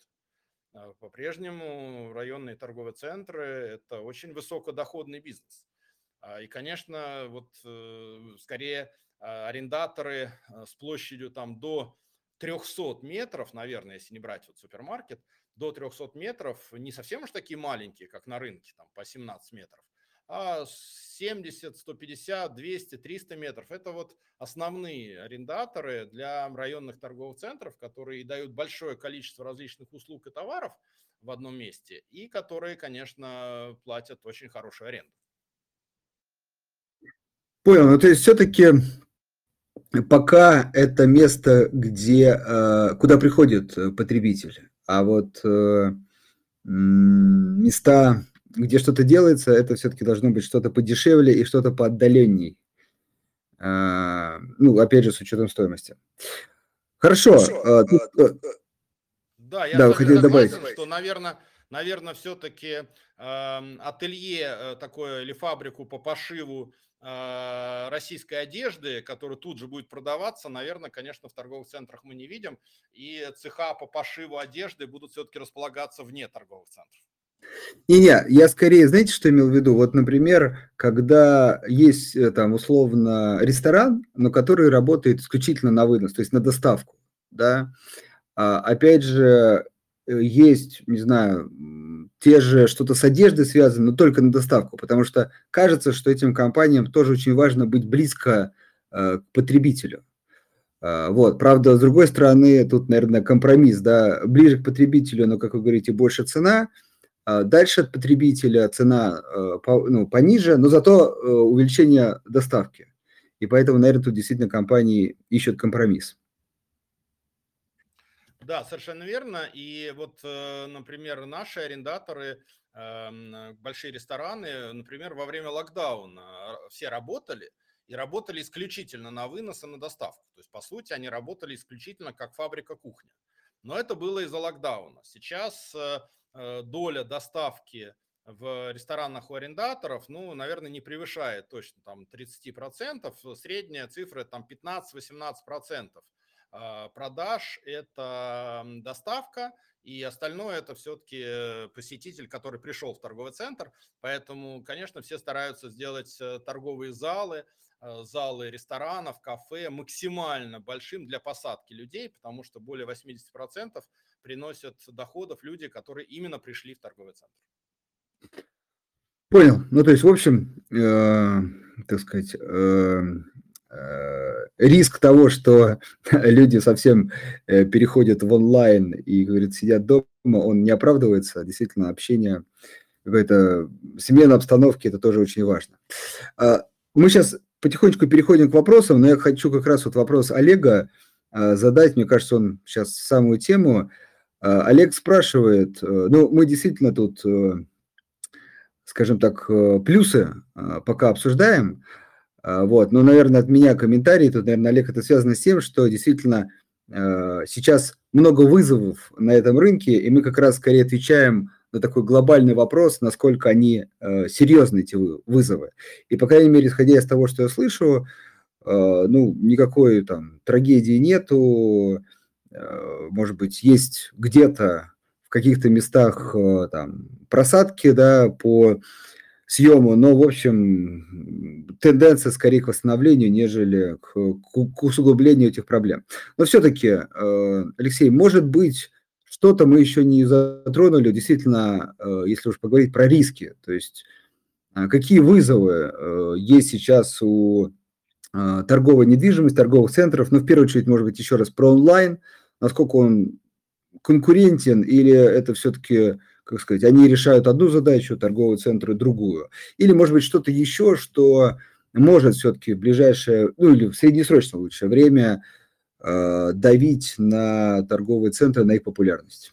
А, По-прежнему районные торговые центры – это очень высокодоходный бизнес. А, И, конечно, вот э, скорее а, арендаторы а, с площадью там до трехсот метров, наверное, если не брать вот супермаркет, до трехсот метров не совсем уж такие маленькие, как на рынке, там по семнадцать метров, а семьдесят, сто пятьдесят, двести, триста метров. Это вот основные арендаторы для районных торговых центров, которые дают большое количество различных услуг и товаров в одном месте, и которые, конечно, платят очень хорошую аренду. Понял. Ну, то есть все-таки пока это место, где, э, куда приходит э, потребитель, а вот э, м, места, где что-то делается, это все-таки должно быть что-то подешевле и что-то поотдаленней. А, ну, опять же, с учетом стоимости. Хорошо. а, тут, э, Да, я с Да, вы вами хотели добавить. согласен, что, наверное, наверное, все-таки ателье э, такое или фабрику по пошиву э, российской одежды, которая тут же будет продаваться, наверное, конечно, в торговых центрах мы не видим, и цеха по пошиву одежды будут все-таки располагаться вне торговых центров. Не-не, я скорее, знаете, что имел в виду? Вот, например, когда есть э, там условно ресторан, но который работает исключительно на вынос, то есть на доставку, да, а, опять же, есть, не знаю, те же что-то с одеждой связано, но только на доставку, потому что кажется, что этим компаниям тоже очень важно быть близко к потребителю. Вот. Правда, с другой стороны, тут, наверное, компромисс, да, ближе к потребителю, но, как вы говорите, больше цена, дальше от потребителя цена ну, пониже, но зато увеличение доставки. И поэтому, наверное, тут действительно компании ищут компромисс. Да, совершенно верно. И вот, например, наши арендаторы, большие рестораны, например, во время локдауна все работали, и работали исключительно на вынос и на доставку. То есть, по сути, они работали исключительно как фабрика кухня. Но это было из-за локдауна. Сейчас доля доставки в ресторанах у арендаторов, ну, наверное, не превышает точно там тридцать процентов. Средняя цифра там пятнадцать-восемнадцать процентов продаж – это доставка, и остальное – это все-таки посетитель, который пришел в торговый центр. Поэтому, конечно, все стараются сделать торговые залы, залы ресторанов, кафе максимально большим для посадки людей, потому что более восемьдесят процентов приносят доходов люди, которые именно пришли в торговый центр. Понял. Ну, то есть, в общем, э, так сказать, э, э, риск того, что люди совсем переходят в онлайн и, говорит, сидят дома, он не оправдывается. Действительно, общение, какая-то смена обстановки – это тоже очень важно. Мы сейчас потихонечку переходим к вопросам, но я хочу как раз вот вопрос Олега задать. Мне кажется, он сейчас в самую тему. Олег спрашивает, ну, мы действительно тут, скажем так, плюсы пока обсуждаем, вот, но, наверное, от меня комментарий, тут, наверное, Олег, это связано с тем, что действительно сейчас много вызовов на этом рынке, и мы как раз скорее отвечаем на такой глобальный вопрос, насколько они э, серьезны, эти вызовы. И, по крайней мере, исходя из того, что я слышу, э, ну, никакой там трагедии нету, э, может быть, есть где-то в каких-то местах э, там просадки, да, по съему, но, в общем, тенденция скорее к восстановлению, нежели к, к, к усугублению этих проблем. Но все-таки, э, Алексей, может быть, что-то мы еще не затронули, действительно, если уж поговорить про риски, то есть какие вызовы есть сейчас у торговой недвижимости, торговых центров, ну, в первую очередь, может быть, еще раз про онлайн, насколько он конкурентен или это все-таки, как сказать, они решают одну задачу, торговые центры другую, или, может быть, что-то еще, что может все-таки в ближайшее, ну, или в среднесрочное лучшее время давить на торговые центры, на их популярность?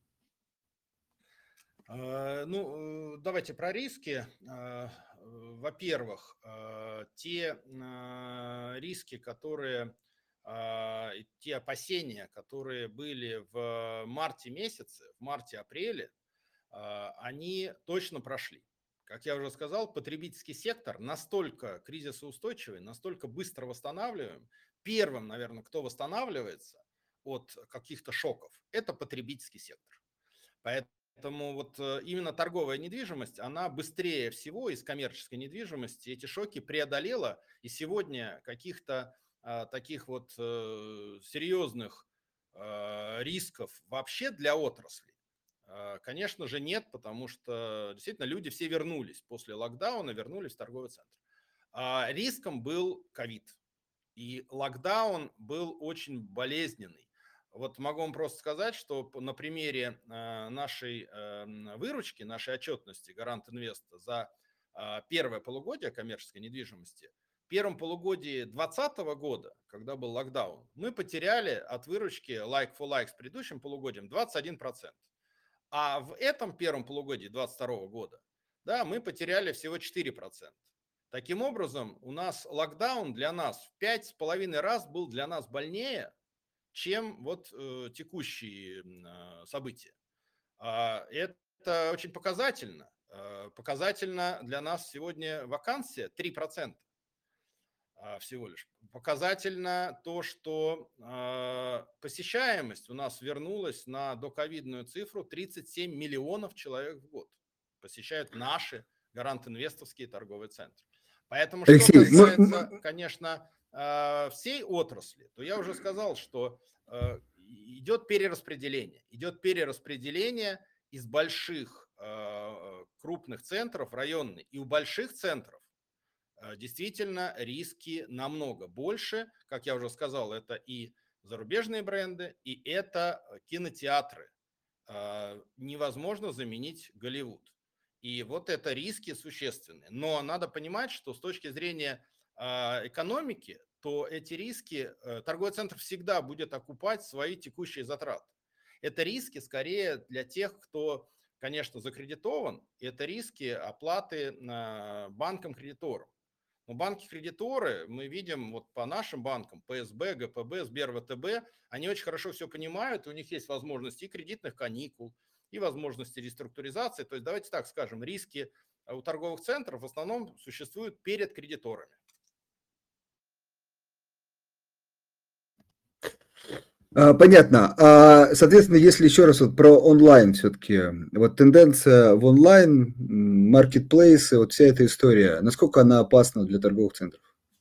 Ну, давайте про риски. Во-первых, те риски, которые, те опасения, которые были в марте месяце, в марте-апреле, они точно прошли. Как я уже сказал, потребительский сектор настолько кризисоустойчивый, настолько быстро восстанавливаем. Первым, наверное, кто восстанавливается от каких-то шоков, это потребительский сектор. Поэтому вот именно торговая недвижимость, она быстрее всего из коммерческой недвижимости эти шоки преодолела. И сегодня каких-то а, таких вот а, серьезных а, рисков вообще для отрасли, конечно же, нет, потому что действительно люди все вернулись после локдауна, вернулись в торговый центр. А риском был ковид. И локдаун был очень болезненный. Вот могу вам просто сказать, что на примере нашей выручки, нашей отчетности Гарант Инвест за первое полугодие коммерческой недвижимости, в первом полугодии две тысячи двадцатого года, когда был локдаун, мы потеряли от выручки like for like с предыдущим полугодием двадцать один процент. А в этом первом полугодии две тысячи двадцать второго года, да, мы потеряли всего четыре процента. Таким образом, у нас локдаун для нас в пять с половиной раз был для нас больнее, чем вот э, текущие э, события. А это очень показательно. Э, показательно для нас сегодня вакансия три процента э, всего лишь. Показательно то, что э, посещаемость у нас вернулась на доковидную цифру тридцать семь миллионов человек в год. Посещают наши гарант-инвесторские торговые центры. Поэтому, Алексей, что касается, мы... конечно, всей отрасли, то я уже сказал, что идет перераспределение. Идет перераспределение из больших крупных центров, районных, и у больших центров действительно риски намного больше. Как я уже сказал, это и зарубежные бренды, и это кинотеатры. Невозможно заменить Голливуд. И вот это риски существенные. Но надо понимать, что с точки зрения экономики, то эти риски торговый центр всегда будет окупать свои текущие затраты. Это риски скорее для тех, кто, конечно, закредитован, и это риски оплаты банкам-кредиторам. Но банки-кредиторы, мы видим вот по нашим банкам, ПСБ, ГПБ, Сбер, ВТБ, они очень хорошо все понимают, у них есть возможности и кредитных каникул, и возможности реструктуризации. То есть давайте так скажем, риски у торговых центров в основном существуют перед кредиторами. Понятно. А, соответственно, если еще раз вот про онлайн все-таки, вот тенденция в онлайн, маркетплейсы, вот вся эта история, насколько она опасна для торговых центров?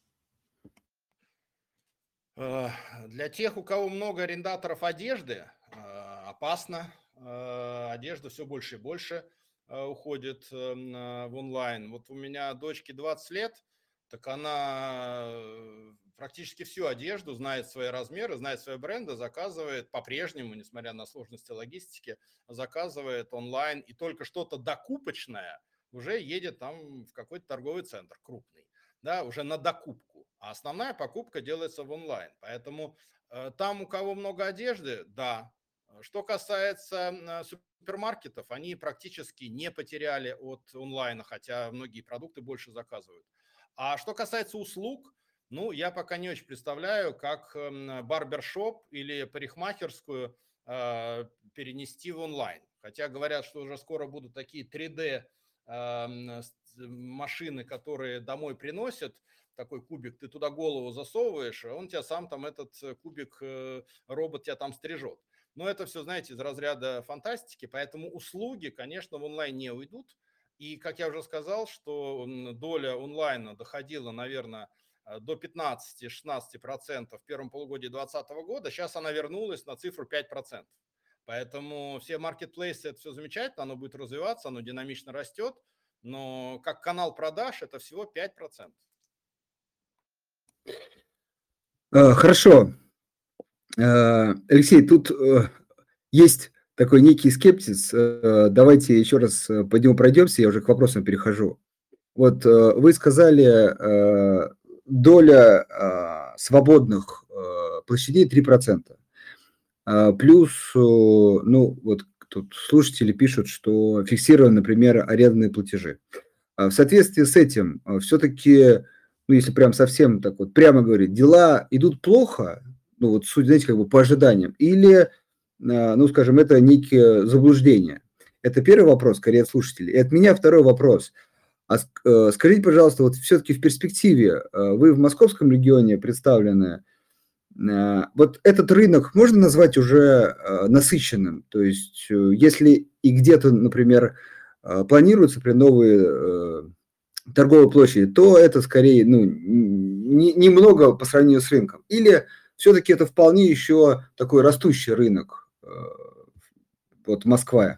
Для тех, у кого много арендаторов одежды, опасно. Одежда все больше и больше уходит в онлайн. Вот у меня дочке двадцать лет, так она практически всю одежду знает свои размеры, знает свои бренды, заказывает по-прежнему, несмотря на сложности логистики, заказывает онлайн, и только что-то докупочное уже едет там в какой-то торговый центр крупный, да, уже на докупку. А основная покупка делается в онлайн. Поэтому э, там, у кого много одежды, да. Что касается э, супермаркетов, они практически не потеряли от онлайна, хотя многие продукты больше заказывают. А что касается услуг, ну, я пока не очень представляю, как барбершоп или парикмахерскую э, перенести в онлайн. Хотя говорят, что уже скоро будут такие три дэ э, машины, которые домой приносят, такой кубик, ты туда голову засовываешь, а он тебя сам там, этот кубик, э, робот тебя там стрижет. Но это все, знаете, из разряда фантастики, поэтому услуги, конечно, в онлайн не уйдут. И, как я уже сказал, что доля онлайна доходила, наверное, до пятнадцати-шестнадцати процентов в первом полугодии две тысячи двадцатого года, сейчас она вернулась на цифру пять процентов. Поэтому все маркетплейсы, это все замечательно, оно будет развиваться, оно динамично растет, но как канал продаж это всего пять процентов. Хорошо. Алексей, тут есть такой некий скепсис. Давайте еще раз по нему пройдемся, я уже к вопросам перехожу. Вот вы сказали, доля свободных площадей три процента. Плюс, ну, вот тут слушатели пишут, что фиксированы, например, арендные платежи. В соответствии с этим, все-таки, ну, если прям совсем так вот прямо говорить, дела идут плохо, ну, вот суть, знаете, как бы по ожиданиям, или, ну, скажем, это некие заблуждения? Это первый вопрос, скорее, от слушателей. И от меня второй вопрос. А скажите, пожалуйста, вот все-таки в перспективе вы в московском регионе представлены, вот этот рынок можно назвать уже насыщенным? То есть если и где-то, например, планируются при новые торговые площади, то это скорее, ну, немного по сравнению с рынком. Или все-таки это вполне еще такой растущий рынок, вот Москва?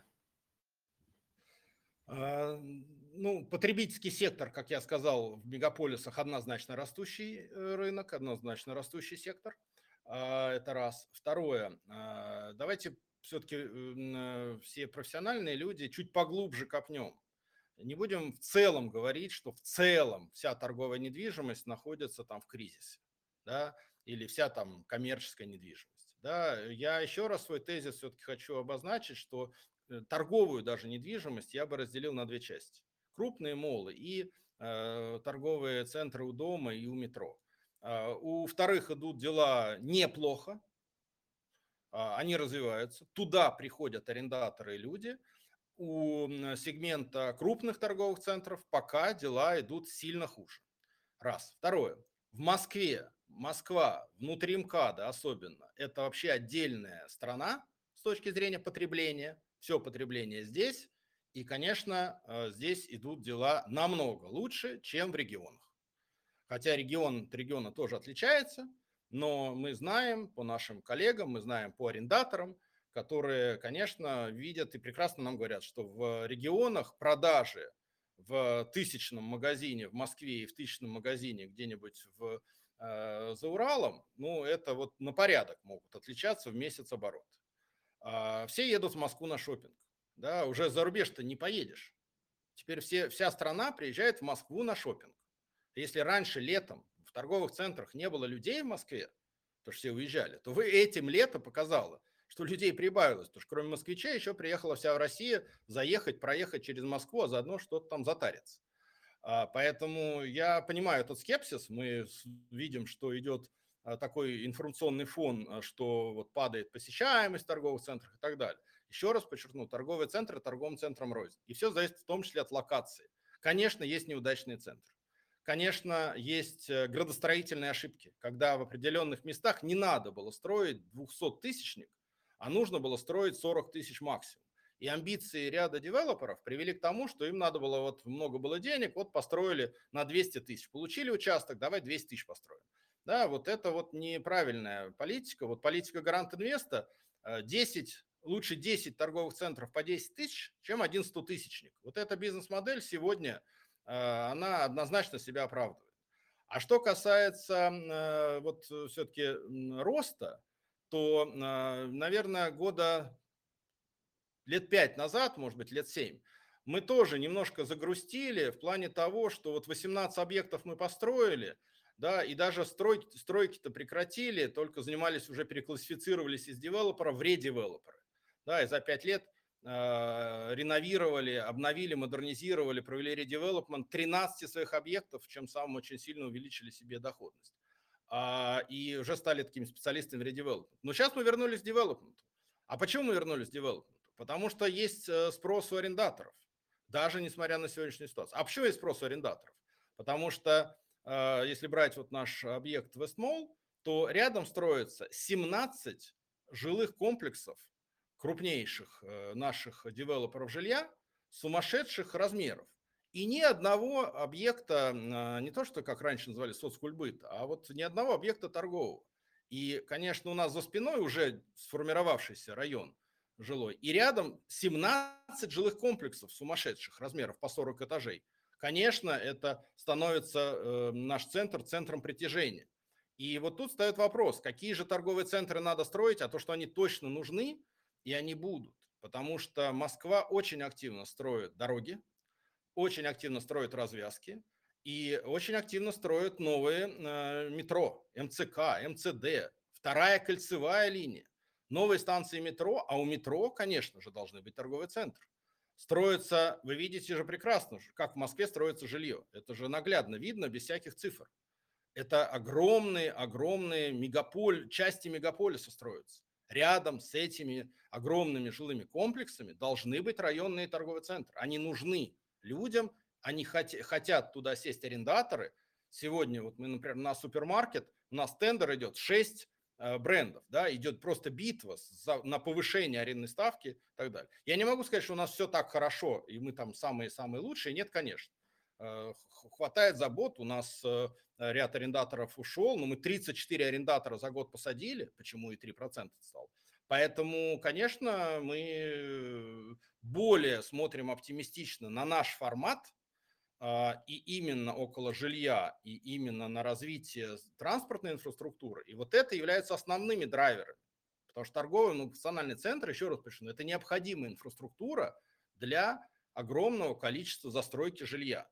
Ну, потребительский сектор, как я сказал, в мегаполисах однозначно растущий рынок, однозначно растущий сектор. Это раз. Второе. Давайте все-таки все профессиональные люди чуть поглубже копнем. Не будем в целом говорить, что в целом вся торговая недвижимость находится там в кризисе, да, или вся там коммерческая недвижимость. Да. Я еще раз свой тезис все-таки хочу обозначить, что торговую даже недвижимость я бы разделил на две части. Крупные моллы и э, торговые центры у дома и у метро. Э, у вторых идут дела неплохо, э, они развиваются, туда приходят арендаторы и люди. У сегмента крупных торговых центров пока дела идут сильно хуже. Раз. Второе. В Москве, Москва, внутри МКАДа особенно, это вообще отдельная страна с точки зрения потребления. Все потребление здесь. И, конечно, здесь идут дела намного лучше, чем в регионах. Хотя регион от региона тоже отличается, Но мы знаем по нашим коллегам, мы знаем по арендаторам, которые, конечно, видят и прекрасно нам говорят, что в регионах продажи в тысячном магазине в Москве и в тысячном магазине где-нибудь в, э, за Уралом, ну, это вот на порядок могут отличаться в месяц оборот. А, все едут в Москву на шопинг, да, уже за рубеж-то не поедешь. Теперь все, вся страна приезжает в Москву на шопинг. Если раньше летом в торговых центрах не было людей в Москве, потому что все уезжали, то вы этим лето показало, что людей прибавилось, потому что кроме москвичей еще приехала вся Россия заехать, проехать через Москву, а заодно что-то там затариться. А, Поэтому я понимаю этот скепсис. Мы с- видим, что идет а, такой информационный фон, а, что вот падает посещаемость в торговых центрах и так далее. Еще раз подчеркну, торговые центры торговым центром рознь. И все зависит в том числе от локации. Конечно, есть неудачные центры. Конечно, есть э, градостроительные ошибки, когда в определенных местах не надо было строить двухсоттысячник, а нужно было строить сорок тысяч максимум. И амбиции ряда девелоперов привели к тому, что им надо было, вот много было денег, вот построили на двести тысяч. Получили участок, давай двести тысяч построим. Да, вот это вот неправильная политика. Вот политика Гарант Инвеста, э, десять, лучше десять торговых центров по десять тысяч, чем один стотысячник. Вот эта бизнес-модель сегодня, э, она однозначно себя оправдывает. А что касается э, вот все-таки м, роста, то, э, наверное, года лет пять назад, может быть, лет семь, мы тоже немножко загрустили в плане того, что вот восемнадцать объектов мы построили, да, и даже стройки, стройки-то прекратили, только занимались, уже переклассифицировались из девелопера в редевелоперы. Да, и за пять лет э, реновировали, обновили, модернизировали, провели редевелопмент тринадцать своих объектов, чем самым очень сильно увеличили себе доходность. А, и уже стали такими специалистами в редевелопменте. Но сейчас мы вернулись к девелопменту. А почему мы вернулись к девелопменту? Потому что есть э, спрос у арендаторов, даже несмотря на сегодняшнюю ситуацию. А почему есть спрос у арендаторов? Потому что э, если брать вот наш объект Вестмолл, то рядом строится семнадцать жилых комплексов крупнейших э, наших девелоперов жилья сумасшедших размеров. И ни одного объекта, э, не то что как раньше называли соцкультбыт, а вот ни одного объекта торгового. И, конечно, у нас за спиной уже сформировавшийся район жилой. И рядом семнадцать жилых комплексов сумасшедших размеров по сорок этажей. Конечно, это становится э, наш центр центром притяжения. И вот тут встает вопрос, какие же торговые центры надо строить, а то, что они точно нужны, и они будут. Потому что Москва очень активно строит дороги, очень активно строит развязки и очень активно строит новые э, метро, МЦК, МЦД, вторая кольцевая линия, новые станции метро, а у метро, конечно же, должны быть торговый центр. Строится, вы видите же прекрасно, как в Москве строится жилье. Это же наглядно видно, без всяких цифр. Это огромные, огромные мегаполь, части мегаполиса строятся. Рядом с этими огромными жилыми комплексами должны быть районные торговые центры. Они нужны людям, они хот- хотят туда сесть арендаторы. Сегодня вот мы, например, на супермаркет, у нас тендер идет шесть э, брендов, да, идет просто битва за, на повышение арендной ставки и так далее. Я не могу сказать, что у нас все так хорошо, и мы там самые-самые лучшие. Нет, конечно. Э, хватает забот, у нас э, ряд арендаторов ушел, но мы тридцать четыре арендатора за год посадили, почему и три процента стал. Поэтому, конечно, мы более смотрим оптимистично на наш формат, а, и именно около жилья, и именно на развитие транспортной инфраструктуры. И вот это является основными драйверами. Потому что торговый, ну, функциональный центр, еще раз подчеркну, это необходимая инфраструктура для огромного количества застройки жилья.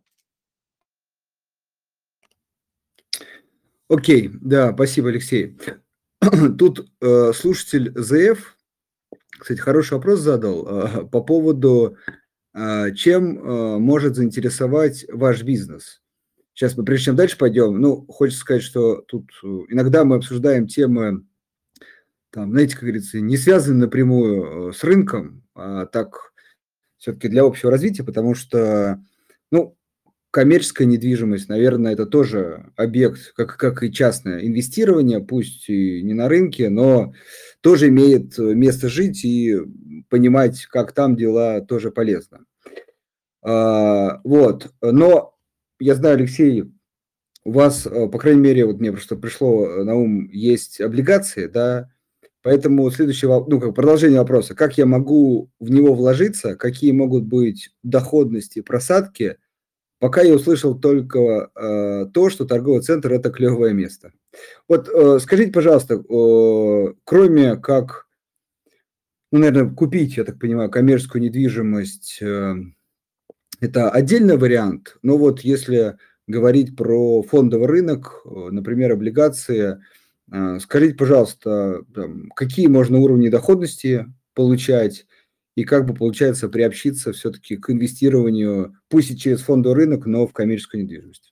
Окей, да, спасибо, Алексей. Тут э, слушатель ЗФ, кстати, хороший вопрос задал э, по поводу, э, чем э, может заинтересовать ваш бизнес. Сейчас мы, прежде чем дальше пойдем, ну, хочется сказать, что тут э, иногда мы обсуждаем темы, там, знаете, как говорится, не связанные напрямую э, с рынком, а так все-таки для общего развития, потому что, ну, коммерческая недвижимость, наверное, это тоже объект, как, как и частное инвестирование, пусть и не на рынке, но тоже имеет место жить, и понимать, как там дела, тоже полезно. А, вот, но я знаю, Алексей у вас, э, по крайней мере, вот мне просто пришло э, на ум, есть облигации, да, поэтому следующий, во- ну, как продолжение вопроса, как я могу в него вложиться, какие могут быть доходности, просадки, пока я услышал только э, то, что торговый центр – это клевое место. Вот э, скажите, пожалуйста, э, кроме как, ну, наверное, купить, я так понимаю, коммерческую недвижимость, э, это отдельный вариант, но вот если говорить про фондовый рынок, э, например, облигации, э, скажите, пожалуйста, там, какие можно уровни доходности получать и как бы получается приобщиться все-таки к инвестированию, пусть и через фондовый рынок, но в коммерческую недвижимость?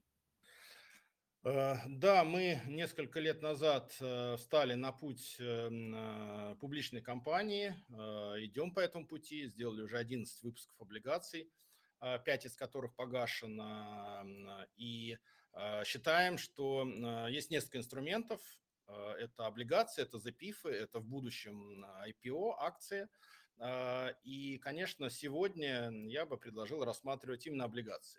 Э, Да, мы несколько лет назад э, встали на путь э, м, э, публичной компании, э, идем по этому пути, сделали уже одиннадцать выпусков облигаций, э, пять из которых погашено, м, и э, считаем, что э, есть несколько инструментов. Э, Это облигации, это зэпифы, это в будущем ай пи о, акции. Э, И, конечно, сегодня я бы предложил рассматривать именно облигации.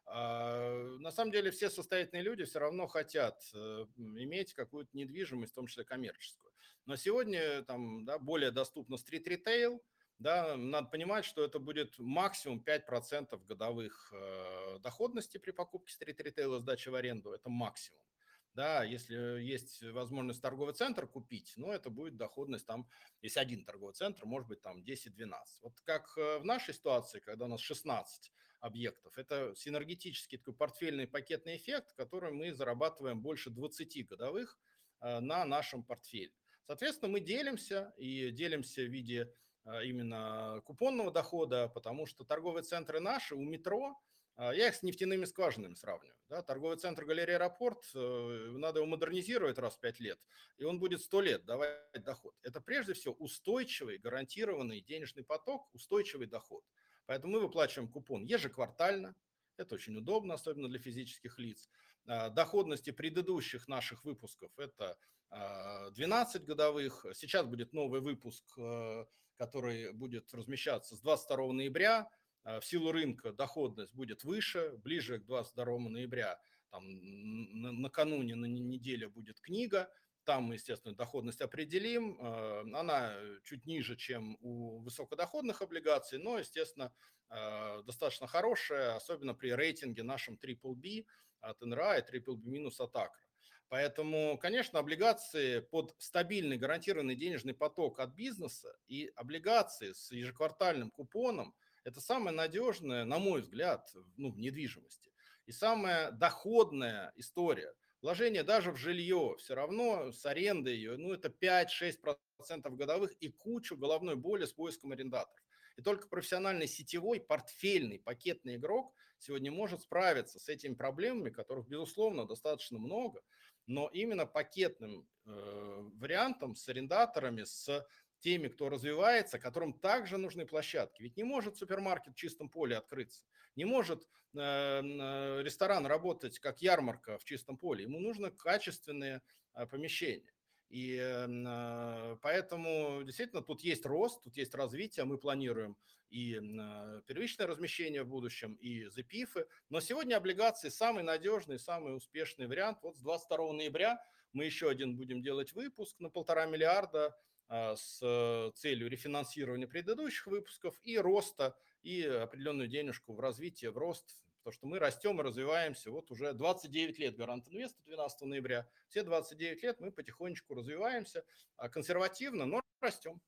А, На самом деле все состоятельные люди все равно хотят э, иметь какую-то недвижимость, в том числе коммерческую. Но сегодня там, да, более доступно стрит-ритейл. Да, надо понимать, что это будет максимум пять процентов годовых э, доходности при покупке стрит-ритейла, сдачи в аренду. Это максимум. Да, если есть возможность торговый центр купить, ну, это будет доходность там, если один торговый центр, может быть, там десять-двенадцать. Вот как э, в нашей ситуации, когда у нас шестнадцать объектов. Это синергетический такой портфельный пакетный эффект, который мы зарабатываем больше двадцати годовых э, на нашем портфеле. Соответственно, мы делимся и делимся в виде э, именно купонного дохода, потому что торговые центры наши у метро, э, я их с нефтяными скважинами сравниваю. Да, торговый центр галерея Аэропорт, э, надо его модернизировать раз в пять лет, и он будет сто лет давать доход. Это прежде всего устойчивый, гарантированный денежный поток, устойчивый доход. Поэтому мы выплачиваем купон ежеквартально. Это очень удобно, особенно для физических лиц. А, Доходности предыдущих наших выпусков – это а, двенадцать годовых. Сейчас будет новый выпуск, э, который будет размещаться с двадцать второго ноября. А, В силу рынка доходность будет выше, ближе к двадцать второму ноября. Там, накануне, на неделе будет книга, там мы, естественно, доходность определим. Э, Она чуть ниже, чем у высокодоходных облигаций, но, естественно, э, достаточно хорошая, особенно при рейтинге нашем трипл би от эн эр а и трипл би минус от Акра. Поэтому, конечно, облигации под стабильный гарантированный денежный поток от бизнеса и облигации с ежеквартальным купоном – это самое надежное, на мой взгляд, ну, в недвижимости. И самая доходная история. Вложение даже в жилье все равно с арендой ее, ну, это пять-шесть процентов годовых и кучу головной боли с поиском арендаторов. И только профессиональный сетевой, портфельный, пакетный игрок сегодня может справиться с этими проблемами, которых, безусловно, достаточно много, но именно пакетным э, вариантом с арендаторами, с теми, кто развивается, которым также нужны площадки. Ведь не может супермаркет в чистом поле открыться, не может э, э, ресторан работать как ярмарка в чистом поле. Ему нужно качественные э, помещения. И э, поэтому действительно тут есть рост, тут есть развитие. Мы планируем и э, первичное размещение в будущем, и зэпифы. Но сегодня облигации самый надежный, самый успешный вариант. Вот с двадцать второго ноября мы еще один будем делать выпуск на полтора миллиарда э, с э, целью рефинансирования предыдущих выпусков и роста, и определенную денежку в развитие, в рост, потому что мы растем и развиваемся. Вот уже двадцать девять лет Гарант Инвест двенадцатого ноября. Все двадцать девять лет мы потихонечку развиваемся, а консервативно, но растем.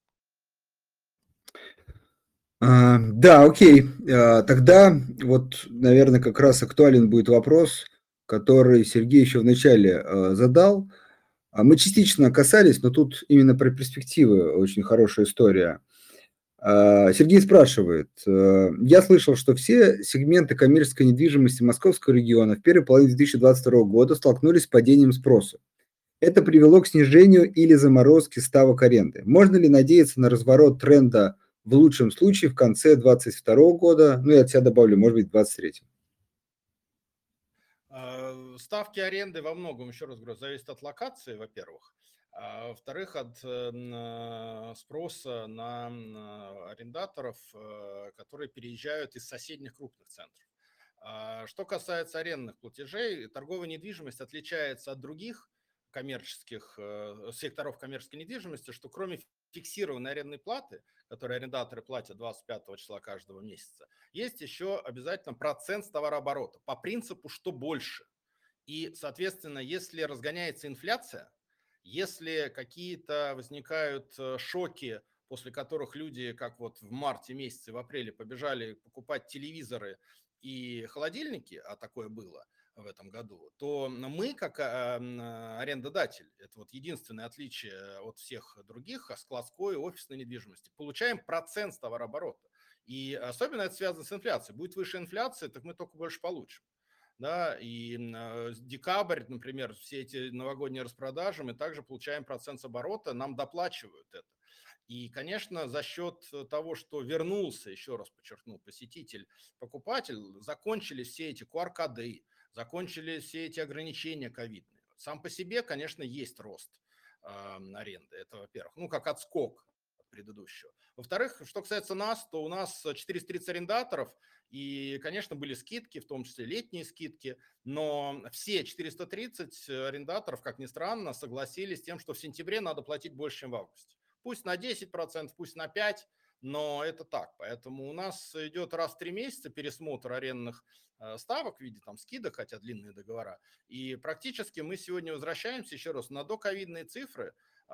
А, да, окей. А, тогда вот, наверное, как раз актуален будет вопрос, который Сергей еще вначале а, задал. А мы частично касались, но тут именно про перспективы очень хорошая история. А, Сергей спрашивает, э, я слышал, что все сегменты коммерческой недвижимости Московского региона в первой половине две тысячи двадцать второго года столкнулись с падением спроса. Это привело к снижению или заморозке ставок аренды. Можно ли надеяться на разворот тренда в лучшем случае в конце двадцать второго года, ну и от себя добавлю, может быть, в двадцать третьем? А, Ставки аренды во многом, еще раз говорю, зависят от локации, во-первых. А во-вторых, от э, н- спроса на н- арендаторов, э, которые переезжают из соседних крупных центров. А что касается арендных платежей, торговая недвижимость отличается от других коммерческих э, секторов коммерческой недвижимости, что кроме фиксированной арендной платы, которую арендаторы платят двадцать пятого числа каждого месяца, есть еще обязательно процент с товарооборота по принципу «что больше». И, соответственно, если разгоняется инфляция, если какие-то возникают э, шоки, после которых люди, как вот в марте месяце, в апреле побежали покупать телевизоры и холодильники, а такое было в этом году, то мы, как а, м, арендодатель, это вот единственное отличие от всех других, а складской, офисной недвижимости, получаем процент с товарооборота. И особенно это связано с инфляцией. Будет выше инфляция, так мы только больше получим. Да, и э, декабрь, например, все эти новогодние распродажи, мы также получаем процент с оборота, нам доплачивают это. И, конечно, за счет того, что вернулся, еще раз подчеркну, посетитель, покупатель, закончились все эти ку ар-коды, закончились все эти ограничения ковидные. Сам по себе, конечно, есть рост э, аренды, это во-первых, ну, как отскок от предыдущего. Во-вторых, что касается нас, то у нас четыреста тридцать арендаторов, и, конечно, были скидки, в том числе летние скидки, но все четыреста тридцать арендаторов, как ни странно, согласились с тем, что в сентябре надо платить больше, чем в августе. Пусть на десять процентов, пусть на пять процентов, но это так. Поэтому у нас идет раз в три месяца пересмотр арендных ставок в виде там скидок, хотя длинные договора. И практически мы сегодня возвращаемся еще раз на доковидные цифры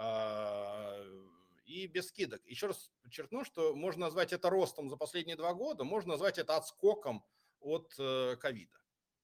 и без скидок. Еще раз подчеркну, что можно назвать это ростом за последние два года, можно назвать это отскоком от ковида.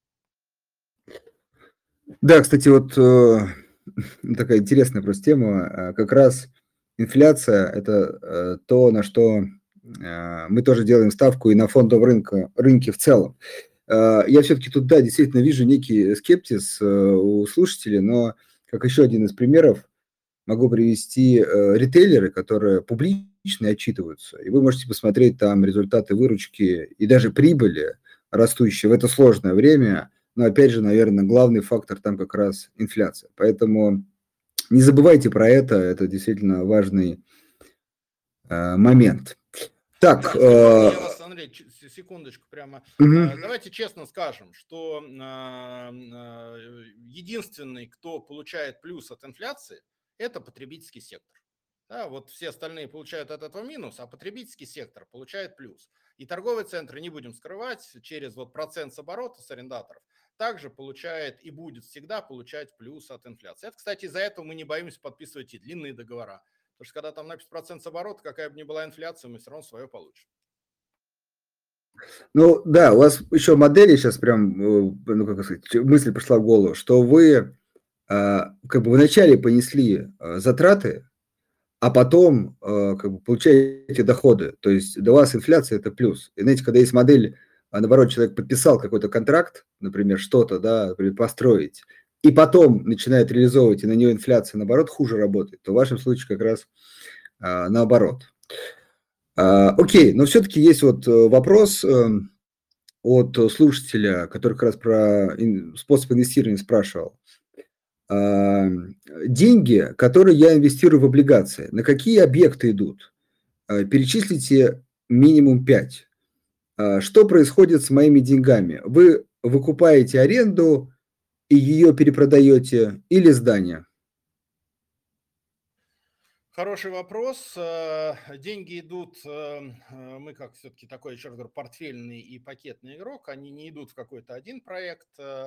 Да, кстати, вот э, такая интересная просто тема. Как раз инфляция – это э, то, на что э, мы тоже делаем ставку и на фондовом рынке, рынке в целом. Э, я все-таки тут, да, действительно вижу некий скепсис э, у слушателей, но как еще один из примеров могу привести э, ритейлеры, которые публично отчитываются, и вы можете посмотреть там результаты выручки и даже прибыли, растущие в это сложное время. Но опять же, наверное, главный фактор там как раз инфляция. Поэтому не забывайте про это, это действительно важный э, момент. Так. Давайте, можно я вас, Андрей, секундочку прямо. Угу. Давайте честно скажем, что единственный, кто получает плюс от инфляции, это потребительский сектор. Да, вот все остальные получают от этого минус, а потребительский сектор получает плюс. И торговые центры, не будем скрывать, через вот процент с оборота с арендаторов также получает и будет всегда получать плюс от инфляции. Это, кстати, из-за этого мы не боимся подписывать и длинные договора. Потому что когда там написано процент с оборота, какая бы ни была инфляция, мы все равно свое получим. Ну да, у вас еще модели сейчас прям, ну как сказать, мысль пришла в голову, что вы как бы вначале понесли затраты, а потом как бы получаете доходы. То есть для вас инфляция – это плюс. И знаете, когда есть модель, наоборот, человек подписал какой-то контракт, например, что-то, да, например, построить, и потом начинает реализовывать, и на нее инфляция, наоборот, хуже работает, то в вашем случае как раз а, наоборот. А, окей, но все-таки есть вот вопрос от слушателя, который как раз про способ инвестирования спрашивал. Деньги, которые я инвестирую в облигации, на какие объекты идут? Перечислите минимум пять. Что происходит с моими деньгами? Вы выкупаете аренду и ее перепродаете или здание? Хороший вопрос. Деньги идут, мы как все-таки такой, еще раз говорю, портфельный и пакетный игрок, они не идут в какой-то один проект,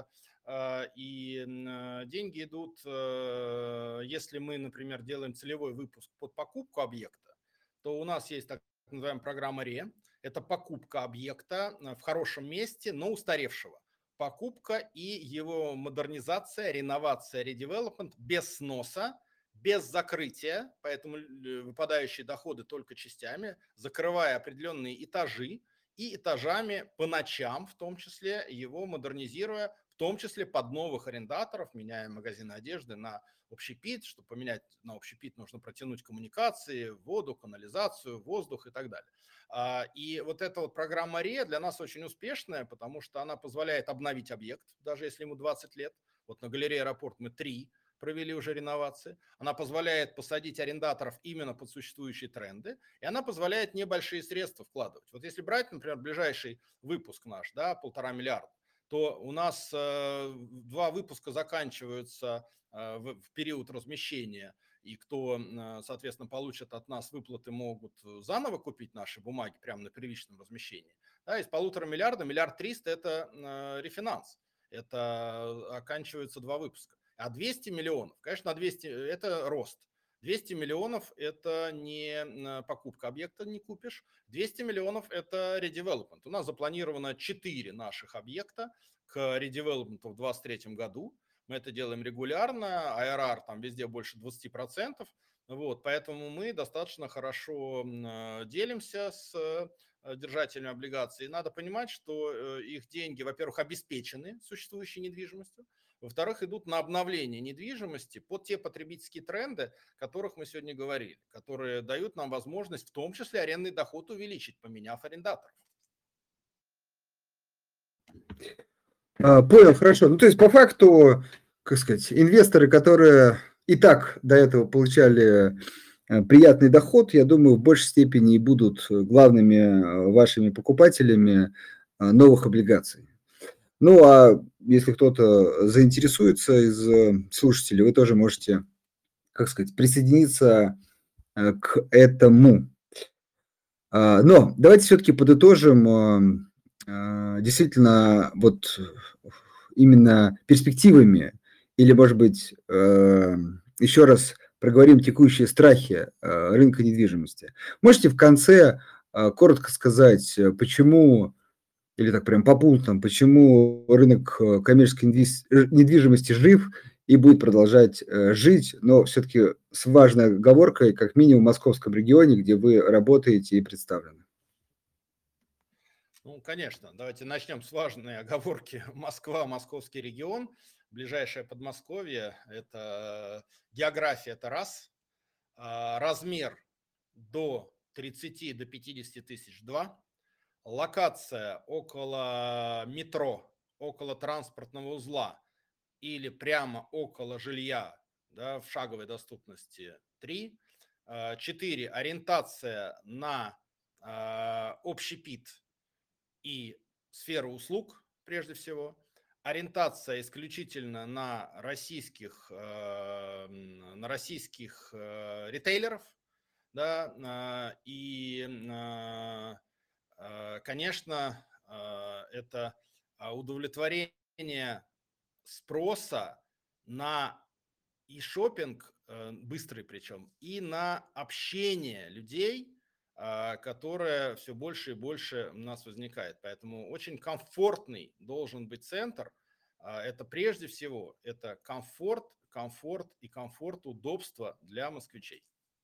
и деньги идут, если мы, например, делаем целевой выпуск под покупку объекта, то у нас есть так называемая программа РЕ, это покупка объекта в хорошем месте, но устаревшего. Покупка и его модернизация, реновация, редевелопмент без сноса, без закрытия, поэтому выпадающие доходы только частями, закрывая определенные этажи и этажами по ночам, в том числе его модернизируя, в том числе под новых арендаторов, меняя магазины одежды на общепит. Чтобы поменять на общепит, нужно протянуть коммуникации, воду, канализацию, воздух и так далее. И вот эта вот программа РЕ для нас очень успешная, потому что она позволяет обновить объект, даже если ему двадцать лет. Вот на галерее «Аэропорт» мы три провели уже реновации, она позволяет посадить арендаторов именно под существующие тренды, и она позволяет небольшие средства вкладывать. Вот если брать, например, ближайший выпуск наш, да, полтора миллиарда, то у нас э, два выпуска заканчиваются э, в, в период размещения, и кто, э, соответственно, получит от нас выплаты, могут заново купить наши бумаги прямо на первичном размещении. Да, из полутора миллиарда, миллиард триста – это э, рефинанс, это оканчиваются два выпуска. А двести миллионов, конечно, на двести – это рост. двести миллионов – это не покупка объекта, не купишь. двести миллионов – это редевелопмент. У нас запланировано четыре наших объекта к редевелопменту в двадцать третьем году. Мы это делаем регулярно, ай ар ар там везде больше двадцати процентов. Вот, поэтому мы достаточно хорошо делимся с держателями облигаций. Надо понимать, что их деньги, во-первых, обеспечены существующей недвижимостью, во-вторых, идут на обновление недвижимости под те потребительские тренды, о которых мы сегодня говорили, которые дают нам возможность в том числе арендный доход увеличить, поменяв арендаторов. А, понял, хорошо. Ну, то есть, по факту, как сказать, инвесторы, которые и так до этого получали приятный доход, я думаю, в большей степени и будут главными вашими покупателями новых облигаций. Ну, а если кто-то заинтересуется из слушателей, вы тоже можете, как сказать, присоединиться к этому. Но давайте все-таки подытожим действительно вот именно перспективами или, может быть, еще раз проговорим текущие страхи рынка недвижимости. Можете в конце коротко сказать, почему, или так прям по пунктам, почему рынок коммерческой недвижимости жив и будет продолжать жить, но все-таки с важной оговоркой, как минимум в московском регионе, где вы работаете и представлены? Ну, конечно, давайте начнем с важной оговорки. Москва, московский регион, ближайшее Подмосковье, это география, это раз, размер до тридцати, до пятидесяти тысяч, два, локация около метро, около транспортного узла или прямо около жилья, да, в шаговой доступности, три, четыре, ориентация на общепит и сферу услуг, прежде всего, ориентация исключительно на российских, на российских ритейлеров, да, и, конечно, это удовлетворение спроса на и шопинг, быстрый причем, и на общение людей, которое все больше и больше у нас возникает. Поэтому очень комфортный должен быть центр. Это прежде всего, это комфорт, комфорт и комфорт, удобство для москвичей.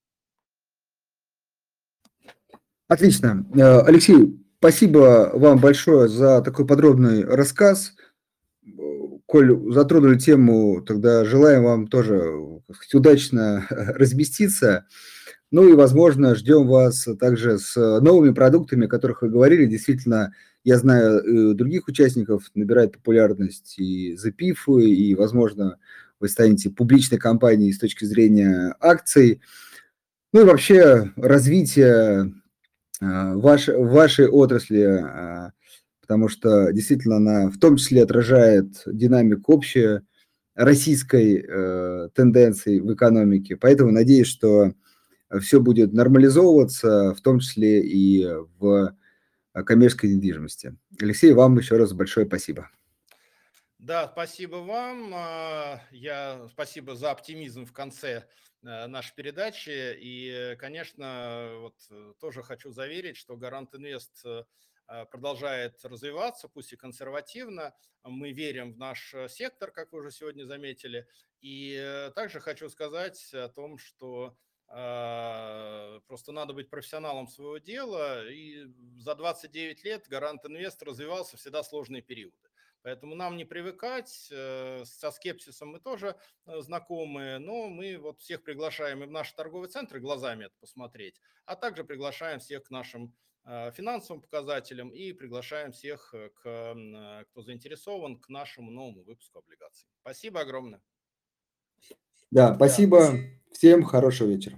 Отлично. Алексей, спасибо вам большое за такой подробный рассказ. Коль затронули тему, тогда желаем вам тоже, так сказать, удачно разместиться. Ну и, возможно, ждем вас также с новыми продуктами, о которых вы говорили. Действительно, я знаю, других участников набирает популярность и запив, и, возможно, вы станете публичной компанией с точки зрения акций. Ну и вообще развитие вашей, вашей отрасли, потому что действительно она в том числе отражает динамику общей российской э, тенденции в экономике. Поэтому надеюсь, что все будет нормализовываться, в том числе и в коммерческой недвижимости. Алексей, вам еще раз большое спасибо. Да, спасибо вам. Я спасибо за оптимизм в конце нашей передачи. И, конечно, вот тоже хочу заверить, что Гарант Инвест продолжает развиваться, пусть и консервативно. Мы верим в наш сектор, как вы уже сегодня заметили. И также хочу сказать о том, что просто надо быть профессионалом своего дела. И за двадцать девять лет Гарант Инвест развивался всегда сложные периоды. Поэтому нам не привыкать, со скепсисом мы тоже знакомы, но мы вот всех приглашаем и в наши торговые центры глазами это посмотреть, а также приглашаем всех к нашим финансовым показателям и приглашаем всех, к, кто заинтересован, к нашему новому выпуску облигаций. Спасибо огромное. Да, спасибо. Всем хорошего вечера.